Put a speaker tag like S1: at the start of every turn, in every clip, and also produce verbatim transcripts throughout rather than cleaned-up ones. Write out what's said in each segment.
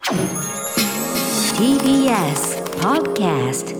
S1: ティービーエス Podcast。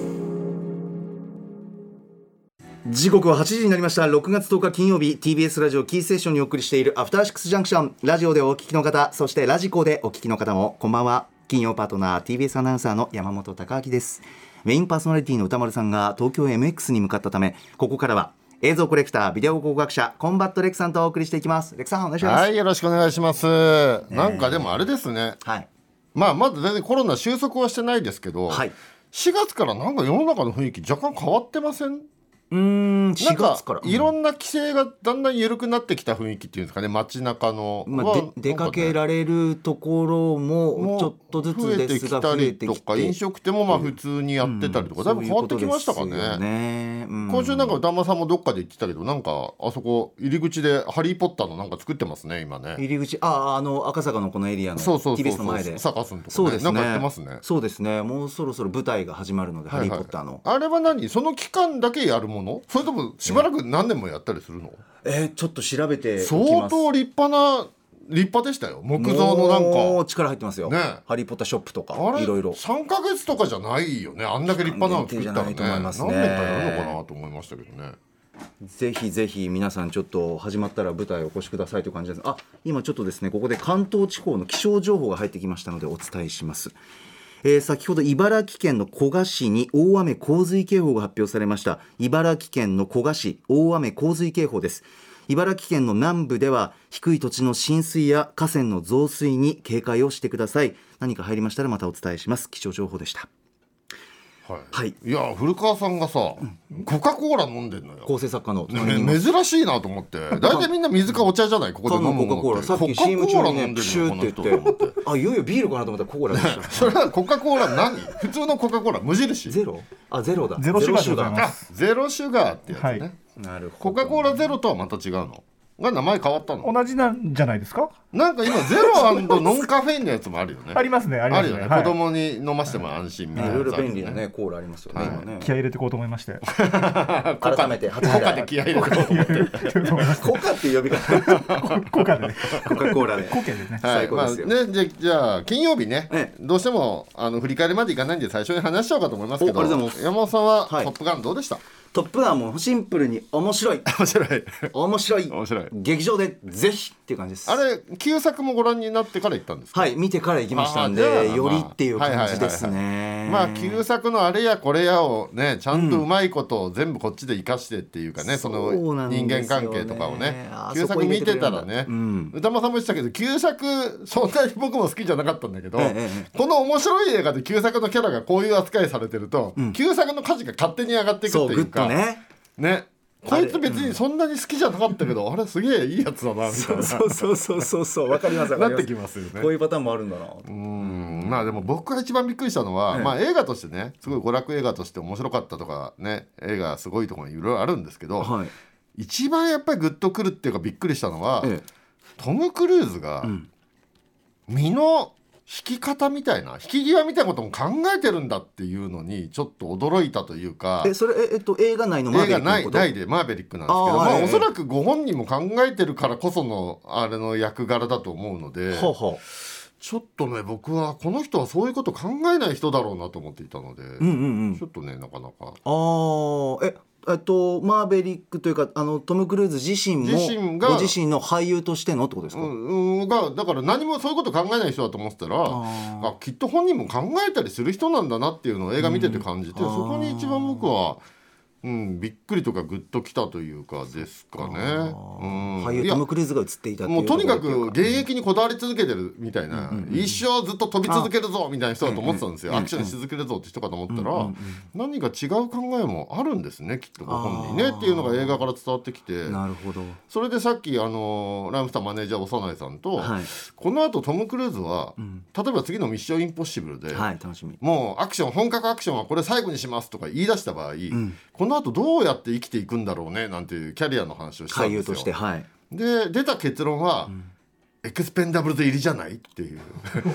S2: 時刻ははちじになりました。ろくがつとおか金曜日、 ティービーエス ラジオキーステーションにお送りしているアフターシックスジャンクション。ラジオでお聞きの方、そしてラジコでお聞きの方もこんばんは。金曜パートナー ティービーエス アナウンサーの山本貴明です。メインパーソナリティの歌丸さんが東京 エムエックス に向かったため、ここからは映像コレクター、ビデオ考古学者コンバットレクさんとお送りしていきます。レクさんお願いします。
S3: はい、よろしくお願いします、ね、なんかでもあれですね、はい、まあまだ全然コロナ収束はしてないですけど、はい、しがつからなんか世の中の雰囲気若干変わってません？
S2: うーん
S3: しがつから、うん、いろんな規制がだんだん緩くなってきた雰囲気っていうんですかね、街中の、
S2: まあ、で出かけられるところもちょっとずつですが増えてきて
S3: とか、飲食店もまあ普通にやってたりとか、うん、だいぶ変わってきましたかね。
S2: そういうことですよね、うん、
S3: 今週なんか歌間さんもどっかで言ってたけど、なんかあそこ入り口でハリーポッターのなんか作ってますね今ね。
S2: 入り口、ああの赤坂のこのエリアの ティービーエス の前で
S3: サカスのとこ、ね、
S2: そうですね、
S3: なんかやってますね。
S2: そうですね、もうそろそろ舞台が始まるので、はいはい、ハリーポッターの
S3: あれは何、その期間だけやるもの、それともしばらく何年もやったりするの？
S2: えー、ちょっと調べておきます。
S3: 相当立派な立派でしたよ。木造のなんか
S2: もう力入ってますよ、
S3: ね、
S2: ハリーポッターショップとか
S3: い
S2: ろいろ。
S3: さんかげつとかじゃないよね、あんだけ立派なの作ったらね。何年かやるのかなと思いましたけどね。
S2: ぜひぜひ皆さんちょっと始まったら舞台お越しくださいという感じです。あ、今ちょっとですね、ここで関東地方の気象情報が入ってきましたのでお伝えします。えー、先ほど茨城県の古河市に大雨洪水警報が発表されました。茨城県の古河市、大雨洪水警報です。茨城県の南部では低い土地の浸水や河川の増水に警戒をしてください。何か入りましたらまたお伝えします。気象情報でした。
S3: はいはい、いや古川さんがさ、うん、コカ・コーラ飲んでんのよ。
S2: 構成作家の、
S3: ね、珍しいなと思って。大体みんな水かお茶じゃない、ここで飲むものって。コカ・コーラ、
S2: さっき シーエム 中にねプシューって言って、あ、いよいよビールかなと思ったらコーラでした
S3: それはコカ・コーラ何？普通のコカ・コーラ無印
S2: ゼロ？あ、ゼロだ。
S4: ゼロシュガーでございます。
S3: ゼロシュガーってやつね、はい、
S2: なるほど。
S3: コカ・コーラゼロとはまた違うのが名前変わったの？
S4: 同じなんじゃないですか。
S3: なんか今ゼロ&ノンカフェインのやつもあるよね。
S4: ありますね、ありますね。
S3: あるよね、はい、子供に飲ませても安心みたいな、
S2: いろいろ便利なねコーラありますよね、はい、今ね。
S4: 気合い入れていこうと思いまして
S2: 改めて
S3: コカで気合い入れていこうと思って
S2: コカっていう呼び方
S4: コカでね、
S2: コカ・コーラで
S4: コケですね、
S3: はい、
S2: 最高ですよ、
S3: まあね、じゃ、じゃあ金曜日ね、ええ、どうしてもあの振り返りまでいかないんで最初に話しちゃおうかと思いますけど、山本さんは、はい、トップガンどうでした？
S2: トップガンもシンプルに面白い
S3: 面白い
S2: 面白い
S3: 面白い
S2: 劇場でぜひっていう感じです。
S3: あれ旧作もご覧になってから行ったんですか？
S2: はい、見てから行きましたんで、まあ、よりっていう感じですね。
S3: まあ旧作のあれやこれやをねちゃんとうまいことを全部こっちで生かしてっていうかね、うん、その人間関係とかをね旧作見てたらね、うん、歌間さんも言ってたけど旧作そんなに僕も好きじゃなかったんだけど、ええ、この面白い映画で旧作のキャラがこういう扱いされてると、うん、旧作の価値が勝手に上がっていくっていうか、
S2: そうグッとね
S3: ね、こいつ別にそんなに好きじゃなかったけど、あれすげえいいやつだなみたいな、
S2: そうそうそうそうそうわかります
S3: なってきますよね。
S2: こういうパターンもあるんだな。
S3: うーん、まあでも僕が一番びっくりしたのは、ええ、まあ映画としてねすごい娯楽映画として面白かったとかね、映画すごいところいろいろあるんですけど、はい、一番やっぱりグッとくるっていうかびっくりしたのは、ええ、トム・クルーズが身の引き方みたいな引き際みたいなことも考えてるんだっていうのにちょっと驚いたというか。
S2: えそれえ、えっと、映画内のマーベリックのこと？
S3: 映画内でマーベリックなんですけど、あ、まあ、おそらくご本人も考えてるからこそのあれの役柄だと思うので、ははちょっとね僕はこの人はそういうこと考えない人だろうなと思っていたので、うんうんうん、ちょっとねなかなか
S2: あええっと、マーベリックというかあのトム・クルーズ自身も自身がご自身の俳優としてのってことですか？
S3: うん、がだから何もそういうこと考えない人だと思ってたら、ああきっと本人も考えたりする人なんだなっていうのを映画見てて感じて、うん、そこに一番僕はうん、びっくりとかグッときたというかですかね、
S2: うん、俳優トム・クルーズが映っていたっていう
S3: もうとにかく現役にこだわり続けてるみたいな、うんうんうん、一生ずっと飛び続けるぞみたいな人だと思ってたんですよ、うんうん、アクションし続けるぞって人かと思ったら、うんうんうん、何か違う考えもあるんですねきっとご本人ねっていうのが映画から伝わってきて、
S2: なるほど。そ
S3: れでさっきあのライムスターマネージャー長内さんと、はい、この後トム・クルーズは、うん、例えば次のミッションインポッシブルで、はい、楽しみもうアクション本格アクションはこれ最後にしますとか言い出した場合、うん、この後どうやって生きていくんだろうねなんていうキャリアの話をしたんですよ。
S2: 俳優として、はい、
S3: で出た結論は、うん、エクスペンダブルズ入りじゃないっていう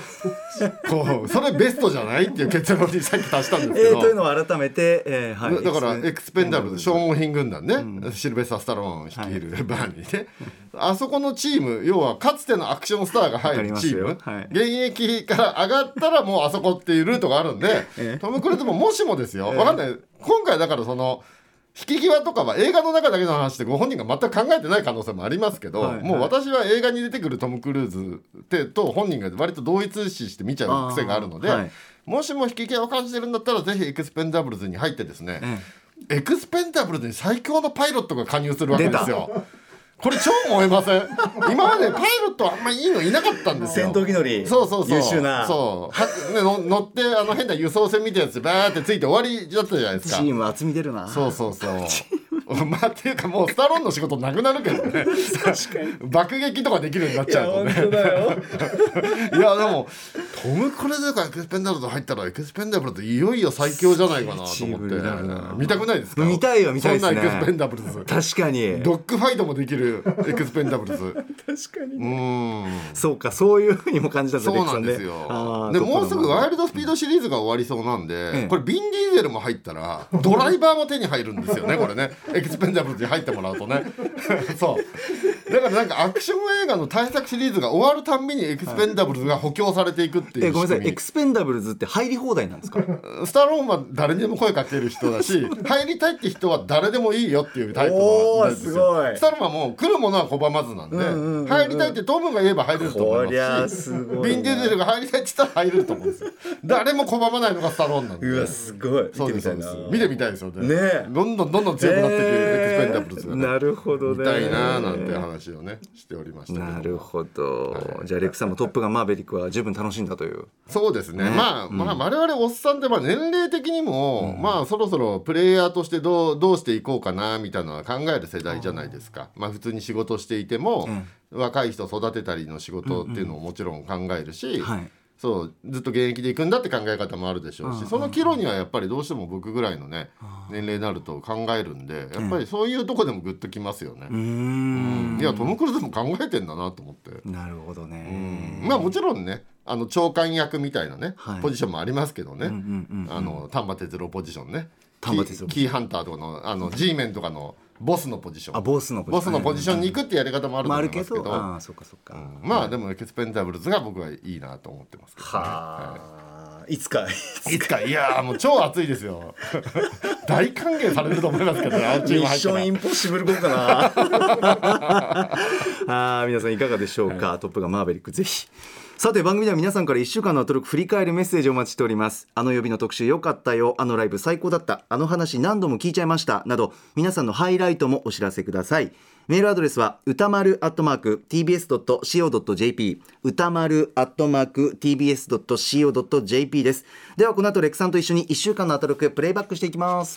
S3: こうそれベストじゃないっていう結論にさっき達したんですけど、
S2: えー、というのを改めて、えーはい、
S3: だからエクスペンダブル消耗品軍団ね、うん、シルベスター・スタローン率いるバーニーね、はい、あそこのチーム、要はかつてのアクションスターが入るチーム、はい、現役から上がったらもうあそこっていうルートがあるんで、えー、トム・クルーズももしもですよ、分かんない、今回だからその引き際とかは映画の中だけの話でご本人が全く考えてない可能性もありますけど、はいはい、もう私は映画に出てくるトム・クルーズってと本人が割と同一視して見ちゃう癖があるので、はい、もしも引き際を感じてるんだったらぜひエクスペンダブルズに入ってですね、うん、エクスペンダブルズに最強のパイロットが加入するわけですよ。これ超燃えません？今までパイロットはあんまりいいのいなかったんですよ。
S2: 戦闘機乗り、
S3: そうそうそう、
S2: 優秀な、
S3: そうは、ね、の乗ってあの変な輸送船みたいなやつバーってついて終わりだったじゃないですか。
S2: チーム厚み出るな。そうそうそう
S3: まあっていうかもうスタローンの仕事なくなるけどね確かに爆撃とかできるようになっちゃうとね。いや本当だよいやでもトム・クルーズがエクスペンダブルズ入ったらエクスペンダブルズいよいいよ最強じゃないかなと思って見たくないですか？
S2: 見たいよ見たいですね。
S3: そんなエクスペンダブルズ確
S2: かに
S3: ドッグファイトもできるエクスペンダブルズ
S2: 確かに、ね、うんそうかそういう風にも感じたんです
S3: ね。そうなんですよ。でもうすぐワイルドスピードシリーズが終わりそうなんで、ええ、これビン・ディーゼルも入ったらドライバーも手に入るんですよねこれねエクスペンダブルズに入ってもらうとねそうだからなんかアクション映画の大作シリーズが終わるたんびにエクスペンダブルズが補強されていくっていう、はい、
S2: えごめんなさいエクスペンダブルズって入り放題なんですか？
S3: スタローンは誰にでも声かける人だし入りたいって人は誰でもいいよっていうタイプなんですよ。おーすごい。スタローンはもう来るものは拒まずなんで、うんうんうん、入りたいってトムが言えば入れると思いますしすごいビン・ディーゼルが入りたいって言ったら入れると思うんですよ誰も拒まないのがスタローンなんで。
S2: うわすごい
S3: そうです見てみたいですよね。
S2: ね
S3: どんどんどんどん強くなっていくエクスペンダブルズが、ね、
S2: なるほどね。
S3: 見たいななんて話をねしておりましたけど。
S2: なるほど、はい、じゃあレックさんもトップガンマーヴェリックは十分楽しんだという。
S3: そうですね、ねまあ、うん、まあ我々おっさんってまあ年齢的にも、うん、まあそろそろプレイヤーとしてどう、どうしていこうかなみたいなのは考える世代じゃないですか。まあ普通に仕事していても、うん、若い人育てたりの仕事っていうのをもちろん考えるし、うんうんはい、そうずっと現役で行くんだって考え方もあるでしょうし、うん、その岐路にはやっぱりどうしても僕ぐらいのね年齢になると考えるんでやっぱりそういうとこでもグッときますよね。うーんうんいやトム・クルーズも考えてんだなと思って。
S2: なるほどね。
S3: うんまあもちろんねあの長官役みたいなね、はい、ポジションもありますけどね、うんうんうんうん、あの丹波哲郎ポジションねキー、キーハンターとかの、あの G メンとかのボスのポジション
S2: あボスのポジション、
S3: ボスのポジションに行くってやり方もあると思いますけど、まあ、
S2: あるけどあそっかそっか、
S3: うん、まあでもエクスペンダブルズが僕はいいなと思ってますけど、ね、は
S2: あ、はい、いつか
S3: いつかいやもう超熱いですよ大歓迎されると思いますけどね
S2: ミッションインポッシブル号かなあ皆さんいかがでしょうか、はい、トップガンマーヴェリックぜひ。さて番組では皆さんからいっしゅうかんのアトロック振り返るメッセージをお待ちしております。あの曜日の特集良かったよ、あのライブ最高だった、あの話何度も聞いちゃいましたなど皆さんのハイライトもお知らせください。メールアドレスは歌丸アットマーク ティービーエスドットシーオードットジェーピー 歌丸アットマーク ティービーエスドットシーオードットジェーピー です。ではこの後レックさんと一緒にいっしゅうかんのアトロックプレイバックしていきます。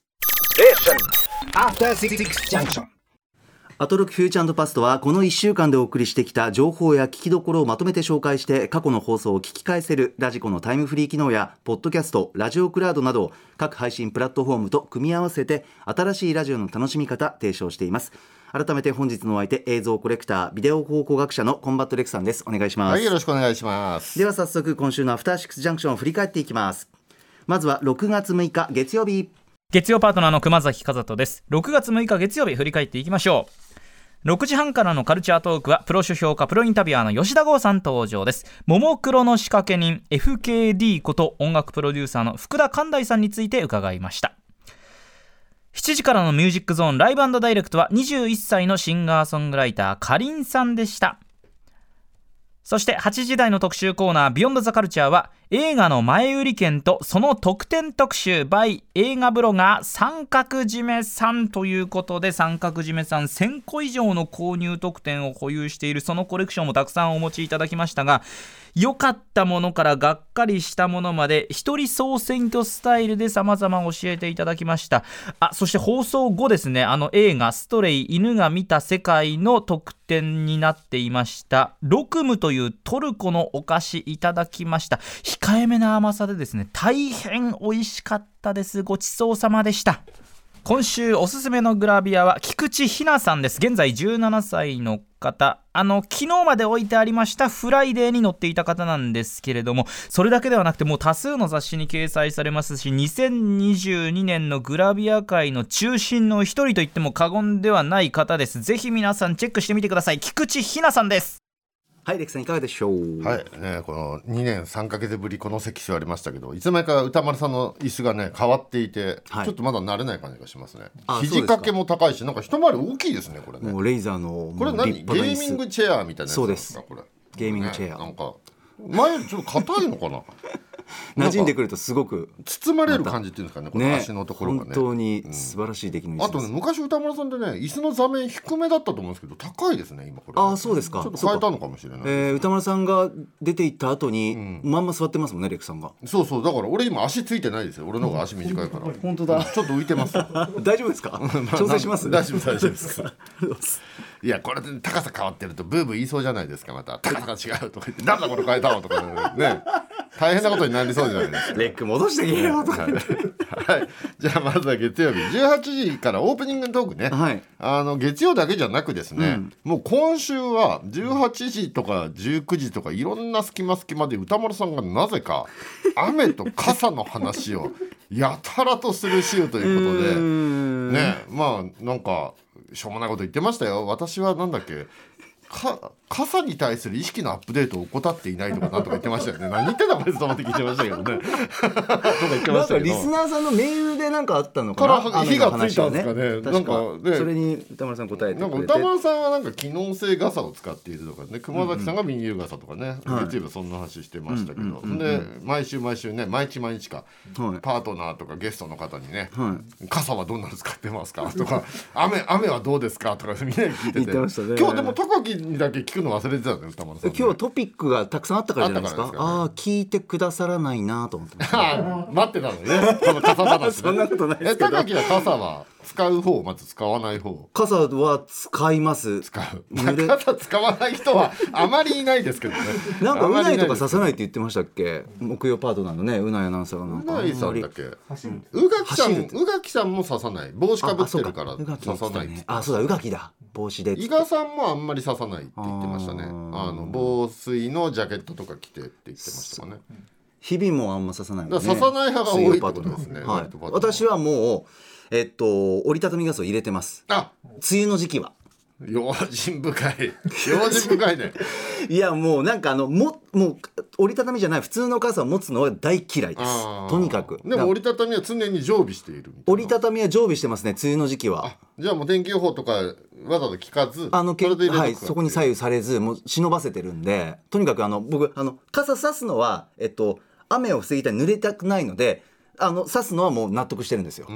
S2: アトロックフューチャー&パストはこのいっしゅうかんでお送りしてきた情報や聞きどころをまとめて紹介して過去の放送を聞き返せるラジコのタイムフリー機能やポッドキャスト、ラジオクラウドなど各配信プラットフォームと組み合わせて新しいラジオの楽しみ方提唱しています。改めて本日のお相手映像コレクタービデオ考古学者のコンバットレックさんです。お願いします。
S3: はい、よろしくお願いします。
S2: では早速今週のアフターシックスジャンクションを振り返っていきます。まずはろくがつむいか月曜日、
S5: 月曜パートナーの熊崎和人です。ろくがつむいか月曜日振り返っていきましょう。ろくじはんからのカルチャートークはプロ書評家プロインタビュアーの吉田剛さん登場です。ももクロの仕掛け人 エフケーディー こと音楽プロデューサーの福田寛大さんについて伺いました。しちじからのミュージックゾーンライブ&ダイレクトはにじゅういっさいのシンガーソングライターかりんさんでした。そしてはちじ台の特集コーナービヨンドザカルチャーは映画の前売り券とその特典特集 by 映画ブロガー三角締めさんということで、三角締めさんせんこ以上の購入特典を保有しているそのコレクションもたくさんお持ちいただきましたが、良かったものからがっかりしたものまで一人総選挙スタイルで様々教えていただきました。あ、そして放送後ですね、あの映画ストレイ犬が見た世界の特典になっていましたロクムというトルコのお菓子いただきました。控えめな甘さでですね大変美味しかったです。ごちそうさまでした。今週おすすめのグラビアは菊池ひなさんです。現在じゅうななさいの方、あの昨日まで置いてありましたフライデーに載っていた方なんですけれども、それだけではなくてもう多数の雑誌に掲載されますし、にせんにじゅうにねんのグラビア界の中心の一人と言っても過言ではない方です。ぜひ皆さんチェックしてみてください。菊池ひなさんです。
S2: はい、レクさんいかがでしょう。
S3: はい、ね、このにねんさんかげつぶりこの席座りましたけど、いつの間にか歌丸さんの椅子がね変わっていて、はい、ちょっとまだ慣れない感じがしますね。肘掛けも高いし、なんか一回り大きいですねこれね。
S2: もうレイザーの
S3: これ何ゲーミングチェアみたいなやつですか。
S2: そうです、
S3: これ
S2: ゲーミングチェア、
S3: ね、なんか前よりちょっと硬いのかな
S2: 馴染んでくるとすごく
S3: 包まれる感じっていうんですかね、この足のところがね、
S2: 本当に素晴らしい出来の椅子です、
S3: うん、あとね、昔歌丸さんでね椅子の座面低めだったと思うんですけど高いですね今これ、ね、
S2: ああそうですか。
S3: ちょっと変えたのかもしれない、ね、
S2: えー、歌丸さんが出ていった後に、うん、まんま座ってますもんねレクさんが。そう
S3: そう、だから俺今足ついてないですよ。俺の方が足短いから、うん、
S2: 本当だ、
S3: ちょっと浮いてます
S2: 大丈夫ですか調整します
S3: 大丈夫大丈夫ですいやこれで高さ変わってるとブーブー言いそうじゃないですか。また高さが違うとか言ってなんだこれ変えたのとかね大変なことになりそうじゃないですか。
S2: レック戻してけよとか、はい、はい、
S3: じゃあまずは月曜日じゅうはちじからオープニングトークね、はい、あの月曜だけじゃなくですね、うん、もう今週はじゅうはちじとかじゅうくじとかいろんな隙間隙間で歌丸さんがなぜか雨と傘の話をやたらとする週ということでね、まあなんかしょうもないこと言ってましたよ。私はなんだっけか傘に対する意識のアップデートを怠っていないとかなんとか言ってましたよね。何言ってんだこれと思って聞いてましたけどね
S2: なんかリスナーさんのメールで何かあったのかな、
S3: から火がついたんですかね。なんかね、
S2: それに歌丸さん答えてくれて、
S3: なんか歌丸さんはなんか機能性傘を使っているとかね、熊崎さんがビニール傘とかね、うんうん、月曜日そんな話してましたけど、うんうんうんうん、で毎週毎週ね毎日毎日か、はい、パートナーとかゲストの方にね、はい、傘はどんなの使ってますかとか雨, 雨はどうですかとかみんなに聞いてて、言ってましたね。今日でも高木にだけ聞くの忘れてたんです歌丸さん、ね、
S2: 今日トピックがたくさんあったからじゃないですか。ですか、ね、ああ聞いてくださらないなと思って
S3: 待ってたのねこの傘話、ね、
S2: そんなことないですけど、
S3: 高木は傘は使う方まず使わない方。
S2: 傘は使います。
S3: 使う、まあ、傘使わない人はあまりいないですけどね
S2: なんかうないとか刺さないって言ってましたっけ、木曜パートナーのねうないアナウンサーがなんか
S3: うないさんだっけ、うがきさんうがきさんも刺さない、帽子かぶってるから刺さないって、
S2: あそうだうがきだ帽子で
S3: 伊賀さんもあんまり刺さないって言ってましたね。あの防水のジャケットとか着てって言ってましたかね。
S2: 日々もあんま刺さないもんね。
S3: 刺さない派が多いってことですね、
S2: はい、私はもうえっと折りたたみ傘を入れてます。あ梅雨の時期は
S3: 用心深い用心深いね
S2: いやもうなんかあのももう折りたたみじゃない普通の傘を持つのは大嫌いです。とにかく
S3: でも折りたたみは常に常備しているみたいな。
S2: 折りたたみは常備してますね梅雨の時期は。
S3: あじゃあもう天気予報とかわざわざ聞かず
S2: あのそれではい、そこに左右されずもう忍ばせてるんで、とにかくあの僕あの傘差すのはえっと雨を防ぎたい濡れたくないのであの差すのはもう納得してるんですよ、うんうん、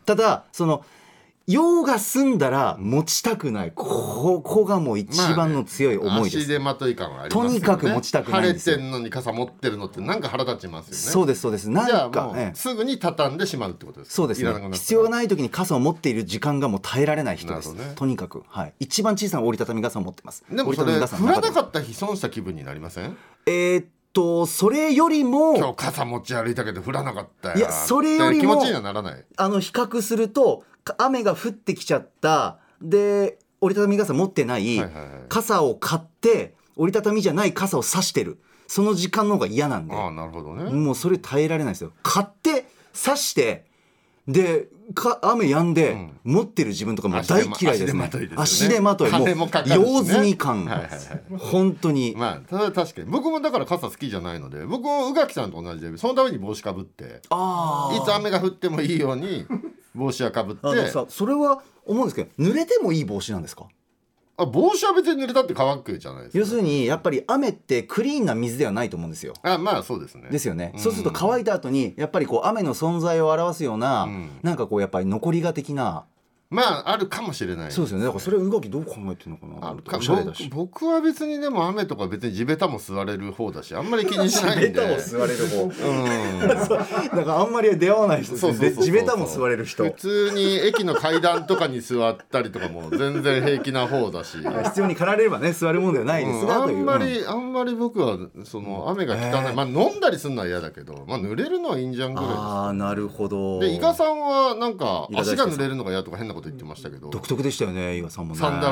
S2: ただその用が済んだら持ちたくない、ここがもう一番の強い思いです、
S3: まあね、足手まとい感はありますよね。
S2: とにかく持ちたくないんですよ。
S3: 晴れてんのに傘持ってるのってなんか腹立ちますよね。
S2: そうですそうです。なんか
S3: じゃあもう、ええ、すぐに畳んでしまうってことですか。
S2: そうですね。必要がない時に傘を持っている時間がもう耐えられない人です、ね、とにかく、はい、一番小さな折りたたみ傘を持ってます。
S3: でもそれ降らなかった日損した気分になりません？
S2: えーとそれよりも
S3: 今日傘持ち歩いたけど降らなかったよ。
S2: いやそれよりも
S3: 気持ちにはならない。
S2: あの比較すると雨が降ってきちゃったで折りたたみ傘持ってない、はいはいはい、傘を買って折りたたみじゃない傘を差してるその時間の方が嫌なんで。
S3: ああなるほどね。
S2: もうそれ耐えられないですよ。買って差してでか雨止んで、うん、持ってる自分とかも大嫌いですね。足手まとい、もう用済み感、はいはいはい、本当に。
S3: まあただ確かに僕もだから傘好きじゃないので、僕も宇垣さんと同じでそのために帽子かぶって、あいつ雨が降ってもいいように帽子はかぶって。あの
S2: さそれは思うんですけど濡れてもいい帽子なんですか？
S3: あ帽子は別に濡れたって乾くじゃないですか。
S2: 要するにやっぱり雨ってクリーンな水ではないと思うんですよ。
S3: あまあそうですね。
S2: ですよね、うん、そうすると乾いた後にやっぱりこう雨の存在を表すような、うん、なんかこうやっぱり残りが的な
S3: まああるかもしれないですね。
S2: そうですよね。だからそれ宇垣どう考えてるのかな。あかおしゃれだし
S3: 僕は別にでも雨とか別に地べたも座れる方だしあんまり気にしないんで地べたも座れる方、うん、
S2: だからあんまり出会わない人ですね。地べたも座れる人
S3: 普通に駅の階段とかに座ったりとかも全然平気な方だし
S2: 必要に駆られればね座るもんではないですが、
S3: うん、
S2: という
S3: あんまり、うん、あんまり僕はその雨が汚い、えー、まあ飲んだりするのは嫌だけど、まあ、濡れるのはいいんじゃんぐらいです。
S2: ああなるほど。
S3: で伊賀さんはなんか足が濡れるのが嫌とか変なこと言ってましたけど
S2: 独特でしたよね。伊賀さんもね
S3: サンダル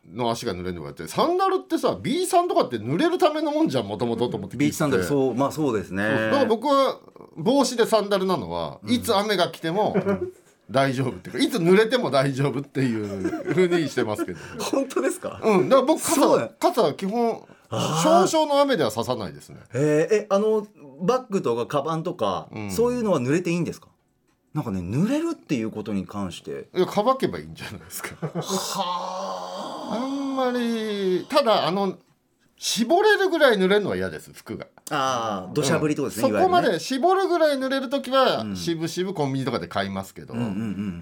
S3: の足が濡れるのかって、サンダルってさ ビーさんとかって濡れるためのもんじゃんもともとと思って聞いてて、
S2: ビーチサンダルそうまあそうですね。
S3: そうだから僕は帽子でサンダルなのは、いつ雨が来ても大丈夫っていうか、いつ濡れても大丈夫っていう風にしてますけど
S2: 本当ですか？
S3: うん、だから僕
S2: そうだ
S3: 傘傘は基本少々の雨では刺さないですね。
S2: えー、えあのバッグとかカバンとか、
S3: うん、
S2: そういうのは濡れていいんですか？なんかね濡れるっていうことに関して
S3: いや乾けばいいんじゃないですかはあんまりただあの絞れるぐらい濡れるのは嫌です、服が。
S2: ああ土砂降りとかですね、
S3: うん、
S2: いわゆるね、
S3: そこまで絞るぐらい濡れるときは、
S2: うん、
S3: しぶしぶコンビニとかで買いますけど、
S2: うんうんうん、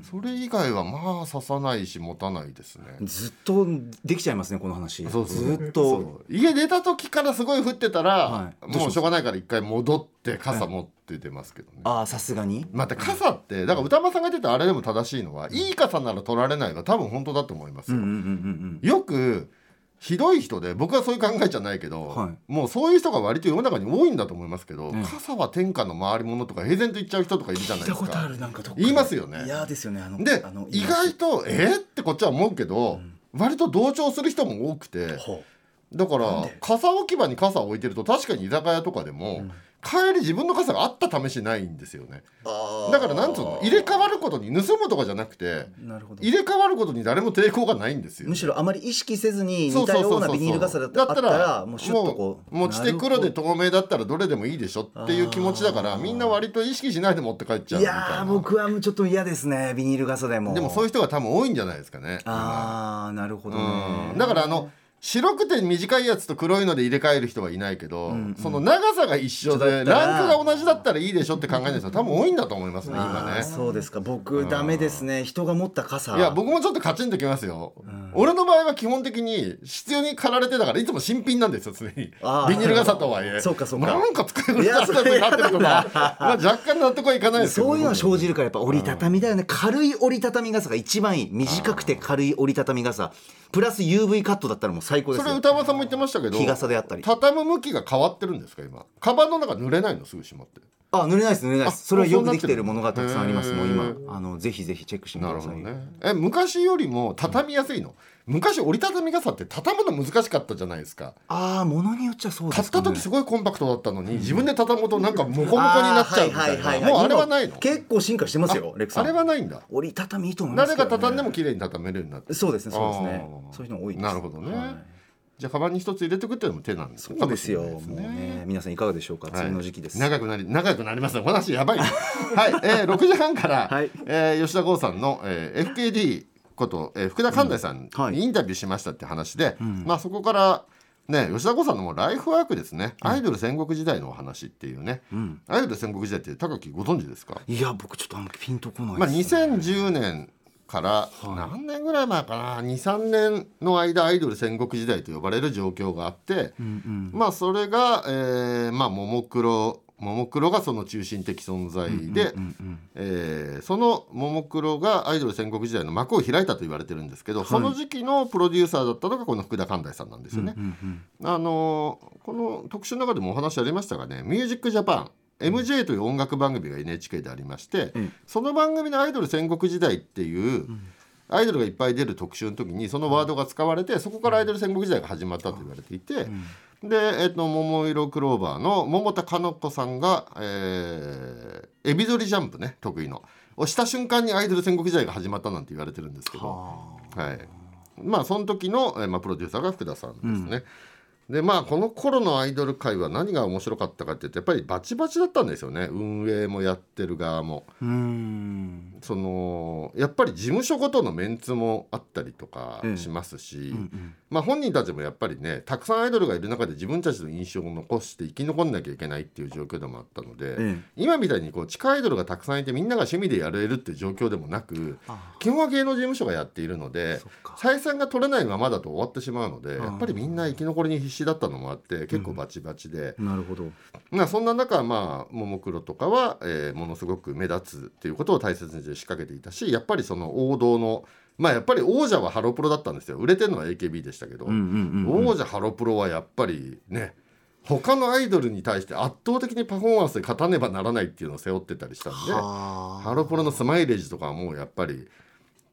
S3: それ以外はまあ刺さないし持たないですね。
S2: ずっとできちゃいますねこの話。
S3: そうそう
S2: ずっと
S3: 家出た時からすごい降ってたら、
S2: はい、
S3: もうしょうがないから一回戻って傘持って出ますけどね、はい、
S2: ああさすがに
S3: また傘ってだから歌間さんが言ってたあれでも正しいのは、うん、いい傘なら取られないが多分本当だと思いますよ、
S2: うんうんうんうんうん、
S3: よくひどい人で、僕はそういう考えじゃないけど、はい、もうそういう人が割と世の中に多いんだと思いますけど、うん、傘は天下の回り物とか平然と言っちゃう人とかいるじゃないですか。聞いたことある、なんかどっかで言いますよね。
S2: 嫌ですよね。あの
S3: で
S2: あの
S3: 意外とえー、ってこっちは思うけど、うん、割と同調する人も多くて、だから傘置き場に傘を置いてると確かに居酒屋とかでも、うん、帰り自分の傘があった試しないんですよね。だからなんつうの、入れ替わることに盗むとかじゃなくて、なるほど、入れ替わることに誰も抵抗がないんですよ、ね、
S2: むしろあまり意識せずに似たようなビニール傘だったらもうシュッとこう
S3: 持ち手黒で透明だったらどれでもいいでしょっていう気持ちだから、みんな割と意識しないで持って帰っちゃうみたいな。
S2: いや僕はもうちょっと嫌ですね、ビニール傘でも。
S3: でもそういう人が多分多いんじゃないですかね。
S2: ああなるほどね、
S3: うん、だからあの白くて短いやつと黒いので入れ替える人はいないけど、うんうん、その長さが一緒でランクが同じだったらいいでしょって考える人は多分多いんだと思いますね今ね。
S2: そうですか。僕ダメですね、人が持った傘。
S3: いや僕もちょっとカチンときますよ、うん、俺の場合は基本的に必要に駆られてだからいつも新品なんですよ常に。ビニール傘とはいえ
S2: そうかそうか、
S3: なんか使い古したやつになってるとかまあ若干納得はいかないですけど、
S2: そういうのは生じるからやっぱ折りたたみだよね、うん、軽い折りたたみ傘が一番いい。短くて軽い折りたたみ傘プラス ユーブイ カットだったらもう最高ですよ。
S3: それ歌間さんも言ってましたけど、
S2: 日傘であったり
S3: 畳む向きが変わってるんですか今。カバンの中濡れないのすぐしまって。
S2: あ濡れないです濡れないです。それはよくできているものがたくさんあります。もう今あのぜひぜひチェックしてみてください。
S3: なるほどね。え昔よりも畳みやすいの、うん、昔折りたたみ傘って畳むの難しかったじゃないですか。
S2: ああ物によっちゃそうですか、ね、
S3: 買った時すごいコンパクトだったのに、うん、自分で畳むとなんかモコモコになっちゃうみたいな。もうあれはないの。
S2: 結構進化してますよレクさん。
S3: あれはないんだ。
S2: 折りたたみいいと思いますけど、ね、
S3: 誰が畳んでも綺麗に畳めるようになって。
S2: そうですねそうですね。そういうの多いです。
S3: なるほどね、はい、じゃあカバンに一つ入れておくっていうのも手なんですね。
S2: そうですよ。もうね皆さんいかがでしょうか、はい、梅雨の時期です。
S3: 長くなり長くなりますねこの話やばいはい、えー、ろくじはんから、はいえー、吉田剛さんの、えー、エフケーディー こと、えー、福田寛大さんにインタビューしましたって話で、うんはいまあ、そこからね、吉田剛さんのもうライフワークですね、うん、アイドル戦国時代のお話っていうね、うん、アイドル戦国時代って高木ご存知ですか？
S2: いや僕ちょっとあんまりピンとこないです、ね。
S3: まあ、にせんじゅうねんから何年ぐらい前かな、にさんねんの間アイドル戦国時代と呼ばれる状況があって、うんうん、まあそれが、えーまあ、ももクロももクロがその中心的存在で、うんうんうんうんえー、そのももクロがアイドル戦国時代の幕を開いたと言われてるんですけど、はい、その時期のプロデューサーだったのがこの福田寛大さんなんですよね、うんうんうん、あのこの特集の中でもお話ありましたがね、ミュージックジャパンエムジェー という音楽番組が エヌエイチケー でありまして、うん、その番組のアイドル戦国時代っていう、うん、アイドルがいっぱい出る特集の時にそのワードが使われて、そこからアイドル戦国時代が始まったと言われていて、うんで、えー、と桃色クローバーの桃田かの子さんが、えー、エビゾリジャンプね得意のをした瞬間にアイドル戦国時代が始まったなんて言われてるんですけど、はい、まあその時の、えーまあ、プロデューサーが福田さんですね、うんでまあ、この頃のアイドル界は何が面白かったかって言ってやっぱりバチバチだったんですよね。運営もやってる側もうーんそのやっぱり事務所ごとのメンツもあったりとかしますし、うんうんうんまあ、本人たちもやっぱりねたくさんアイドルがいる中で自分たちの印象を残して生き残んなきゃいけないっていう状況でもあったので、うん、今みたいにこう地下アイドルがたくさんいてみんなが趣味でやれるっていう状況でもなく基本は芸能事務所がやっているので採算が取れないままだと終わってしまうのでやっぱりみんな生き残りに必死だったのもあって結構バチバチで、
S2: うん、なるほど。
S3: まあそんな中まあももクロとかは、えー、ものすごく目立つっていうことを大切に仕掛けていたしやっぱりその王道のまあやっぱり王者はハロプロだったんですよ。売れてるのは エーケービー でしたけど、うんうんうんうん、王者ハロプロはやっぱりね他のアイドルに対して圧倒的にパフォーマンスで勝たねばならないっていうのを背負ってたりしたんでハロプロのスマイレージとかはもうやっぱり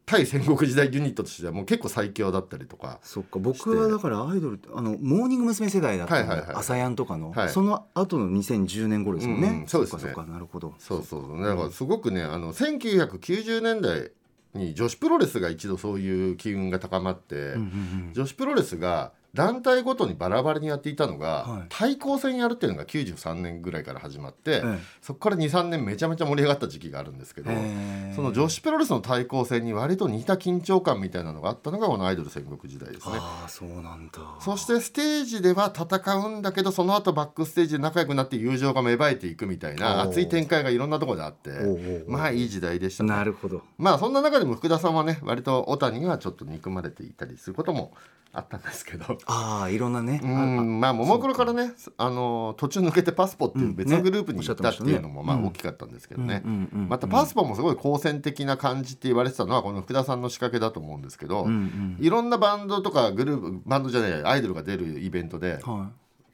S3: 対戦国時代ユニットとしてはもう結構最強だったりとか。
S2: そっか、僕はだからアイドルってあのモーニング娘。世代だったんで、
S3: はいはいはい、
S2: 朝やんとかの、
S3: はい、
S2: その後のにせんじゅうねん頃ですもんね、
S3: うんうん、そうですね。
S2: そっかそっか、なるほど。
S3: そうそうそう、だからすごくね、あのせんきゅうひゃくきゅうじゅうねんだいに女子プロレスが一度そういう機運が高まって、うんうんうん、女子プロレスが団体ごとにバラバラにやっていたのが、はい、対抗戦やるっていうのがきゅうじゅうさんねんぐらいから始まって、ええ、そこから にさんねんめちゃめちゃ盛り上がった時期があるんですけど、その女子プロレスの対抗戦に割と似た緊張感みたいなのがあったのがこのアイドル戦国時代ですね。
S2: あ、そうなんだ。
S3: そしてステージでは戦うんだけど、その後バックステージで仲良くなって友情が芽生えていくみたいな熱い展開がいろんなところであって、まあいい時代でしたね。
S2: なるほど。
S3: まあそんな中でも福田さんはね、割と小谷にはちょっと憎まれていたりすることもあったんですけど、
S2: ああ、いろんなね、
S3: うん、まあももクロからね、あの途中抜けてパスポっていう別のグループに行ったっていうのもまあ大きかったんですけどね。またパスポもすごい好戦的な感じって言われてたのはこの福田さんの仕掛けだと思うんですけど、うんうん、いろんなバンドとかグループ、バンドじゃないアイドルが出るイベントで、はい、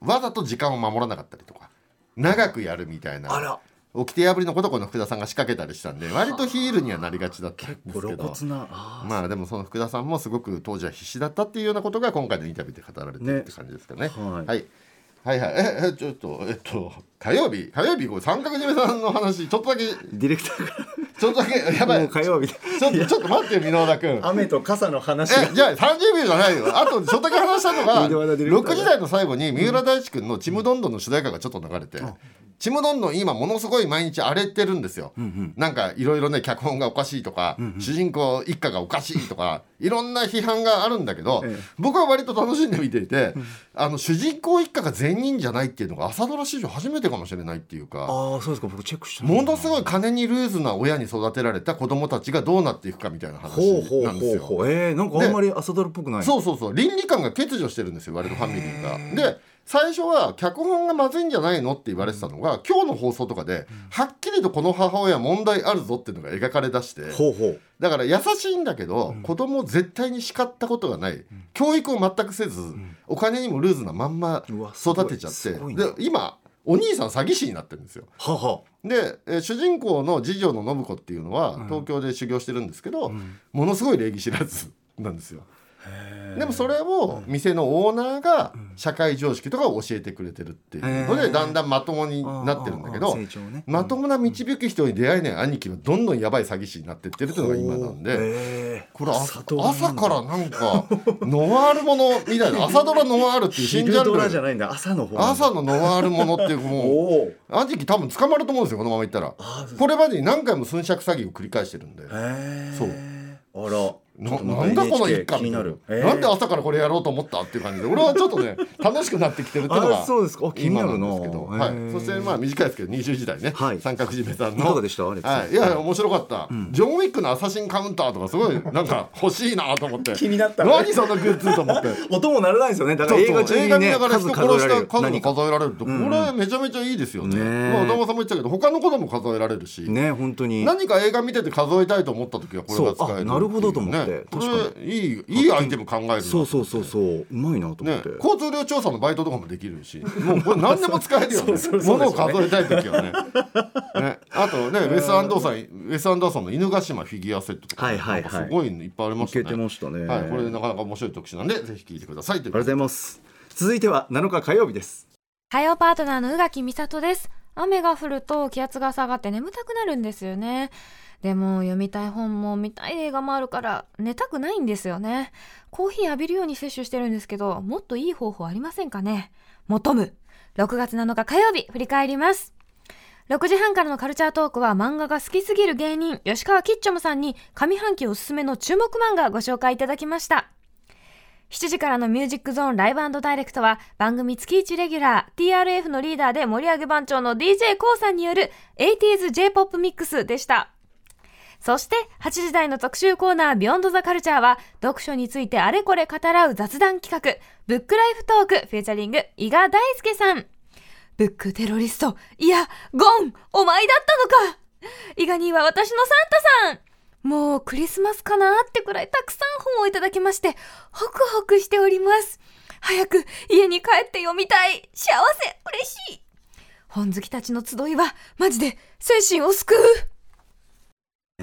S3: わざと時間を守らなかったりとか長くやるみたいな、あら掟破りのことをこの福田さんが仕掛けたりしたんで、割とヒールにはなりがちだったんですけど、まあでもその福田さんもすごく当時は必死だったっていうようなことが今回のインタビューで語られてるって感じですかね。はいはいはいはい、ええちょっとえっと火曜日火曜日これ三角締めさんの話ちょっとだけ
S2: ディレクターが
S3: ちょっとだけやばい、もう
S2: 火曜日
S3: ちょっとちょっと待ってよ箕田君、
S2: 雨と傘の話が
S3: えじゃあさんじゅうびょうじゃないよ。あとちょっとだけ話したのがろくじ台の最後に三浦大知君のちむどんどんの主題歌がちょっと流れて、うん、ちむどんどん今ものすごい毎日荒れてるんですよ、うんうん、なんかいろいろね脚本がおかしいとか、うんうん、主人公一家がおかしいとかいろんな批判があるんだけど、ええ、僕は割と楽しんで見ていて、うん、あの主人公一家が善人じゃないっていうのが朝ドラ史上初めてかもしれないっていうか、
S2: ああそうですか、僕チェックして
S3: ものすごい金にルーズな親に育てられた子供たちがどうなっていくかみたいな話なんですよ。
S2: ほうほうほうほう、えー、なんかあんまり朝ドラっぽくない。
S3: そうそうそう、倫理観が欠如してるんですよ割とファミリーが。で最初は脚本がまずいんじゃないのって言われてたのが、今日の放送とかではっきりとこの母親問題あるぞっていうのが描かれだして、ほうほう、だから優しいんだけど、うん、子供を絶対に叱ったことがない、うん、教育を全くせず、うん、お金にもルーズなまんま育てちゃって、で今お兄さん詐欺師になってるんですよ。ははで、えー、主人公の次女の信子っていうのは、うん、東京で修行してるんですけど、うん、ものすごい礼儀知らずなんですよ。でもそれを店のオーナーが社会常識とかを教えてくれてるっていうのでだんだんまともになってるんだけど、ね、まともな導く人に出会えない兄貴はどんどんやばい詐欺師になってってるっていうのが今なんで、これ朝からなんかノワールものみたいな、朝ドラノワールっていう新ジャンル、
S2: 昼ドラじゃないんだ、朝の方
S3: 朝のノワールものっていうもう兄貴多分捕まると思うんですよこのままいったら。これまでに何回も寸借詐欺を繰り返してるんで、そうあらな, なんだこの一家みたいな、えー、なんで朝からこれやろうと思ったっていう感じで俺はちょっとね楽しくなってきてるっていうのが
S2: そうですか、気になるな。
S3: ですけど、はい、そしてまあ短いですけどにじゅうじ台ね、はい、三角締めさんの
S2: いかがでしたあれ、
S3: はい、いや面白かった、うん、ジョン・ウィックのアサシンカウンターとかすごいなんか欲しいなと思って
S2: 気になった、ね、
S3: 何そのグッズと思って音
S2: も鳴らないですよね。だから映画中にね、
S3: 映画見ながら人殺した数が数えられるとこれめちゃめちゃいいですよね。まあ小玉さんも言ってたけど他のことも数えられるしね、本当に何か映画見てて数えたいと思った時はこれが使える。
S2: なるほどと思って、
S3: 確かにいい、いいアイテム考える。
S2: そうそうそうそう、うまいなと思って、
S3: ね、交通量調査のバイトとかもできるしもうこれ何でも使えるよね物を数えたい時は ね, ねあとねウェス・アンダーソンウェス・アンダーソンの犬ヶ島フィギュアセットとか、ね、はいはいはい、すごいいっぱいありましたね。いけてましたね、はい、これなかなか面白い特集なんでぜひ聞いてください。ということで
S2: ありがとうございます。続いてはなのか火曜日です。
S6: 火曜パートナーの宇垣美里です。雨が降ると気圧が下がって眠たくなるんですよね。でも読みたい本も見たい映画もあるから寝たくないんですよね。コーヒー浴びるように摂取してるんですけど、もっといい方法ありませんかね。求むろくがつなのか火曜日振り返ります。ろくじはんからのカルチャートークは漫画が好きすぎる芸人吉川キッチョムさんに上半期おすすめの注目漫画をご紹介いただきました。しちじからのミュージックゾーンライブ&ダイレクトは番組月いちレギュラー ティーアールエフ のリーダーで盛り上げ番長の ディージェー コウさんによる エイティーズ J-ポップ ミックスでした。そしてはちじ台の特集コーナービヨンドザカルチャーは読書についてあれこれ語らう雑談企画ブックライフトークフューチャリング伊賀大輔さん。ブックテロリスト、いやゴンお前だったのか。伊賀には私のサンタさん。もうクリスマスかなってくらいたくさん本をいただきましてホクホクしております。早く家に帰って読みたい。幸せ嬉しい。本好きたちの集いはマジで精神を救う。
S2: えー、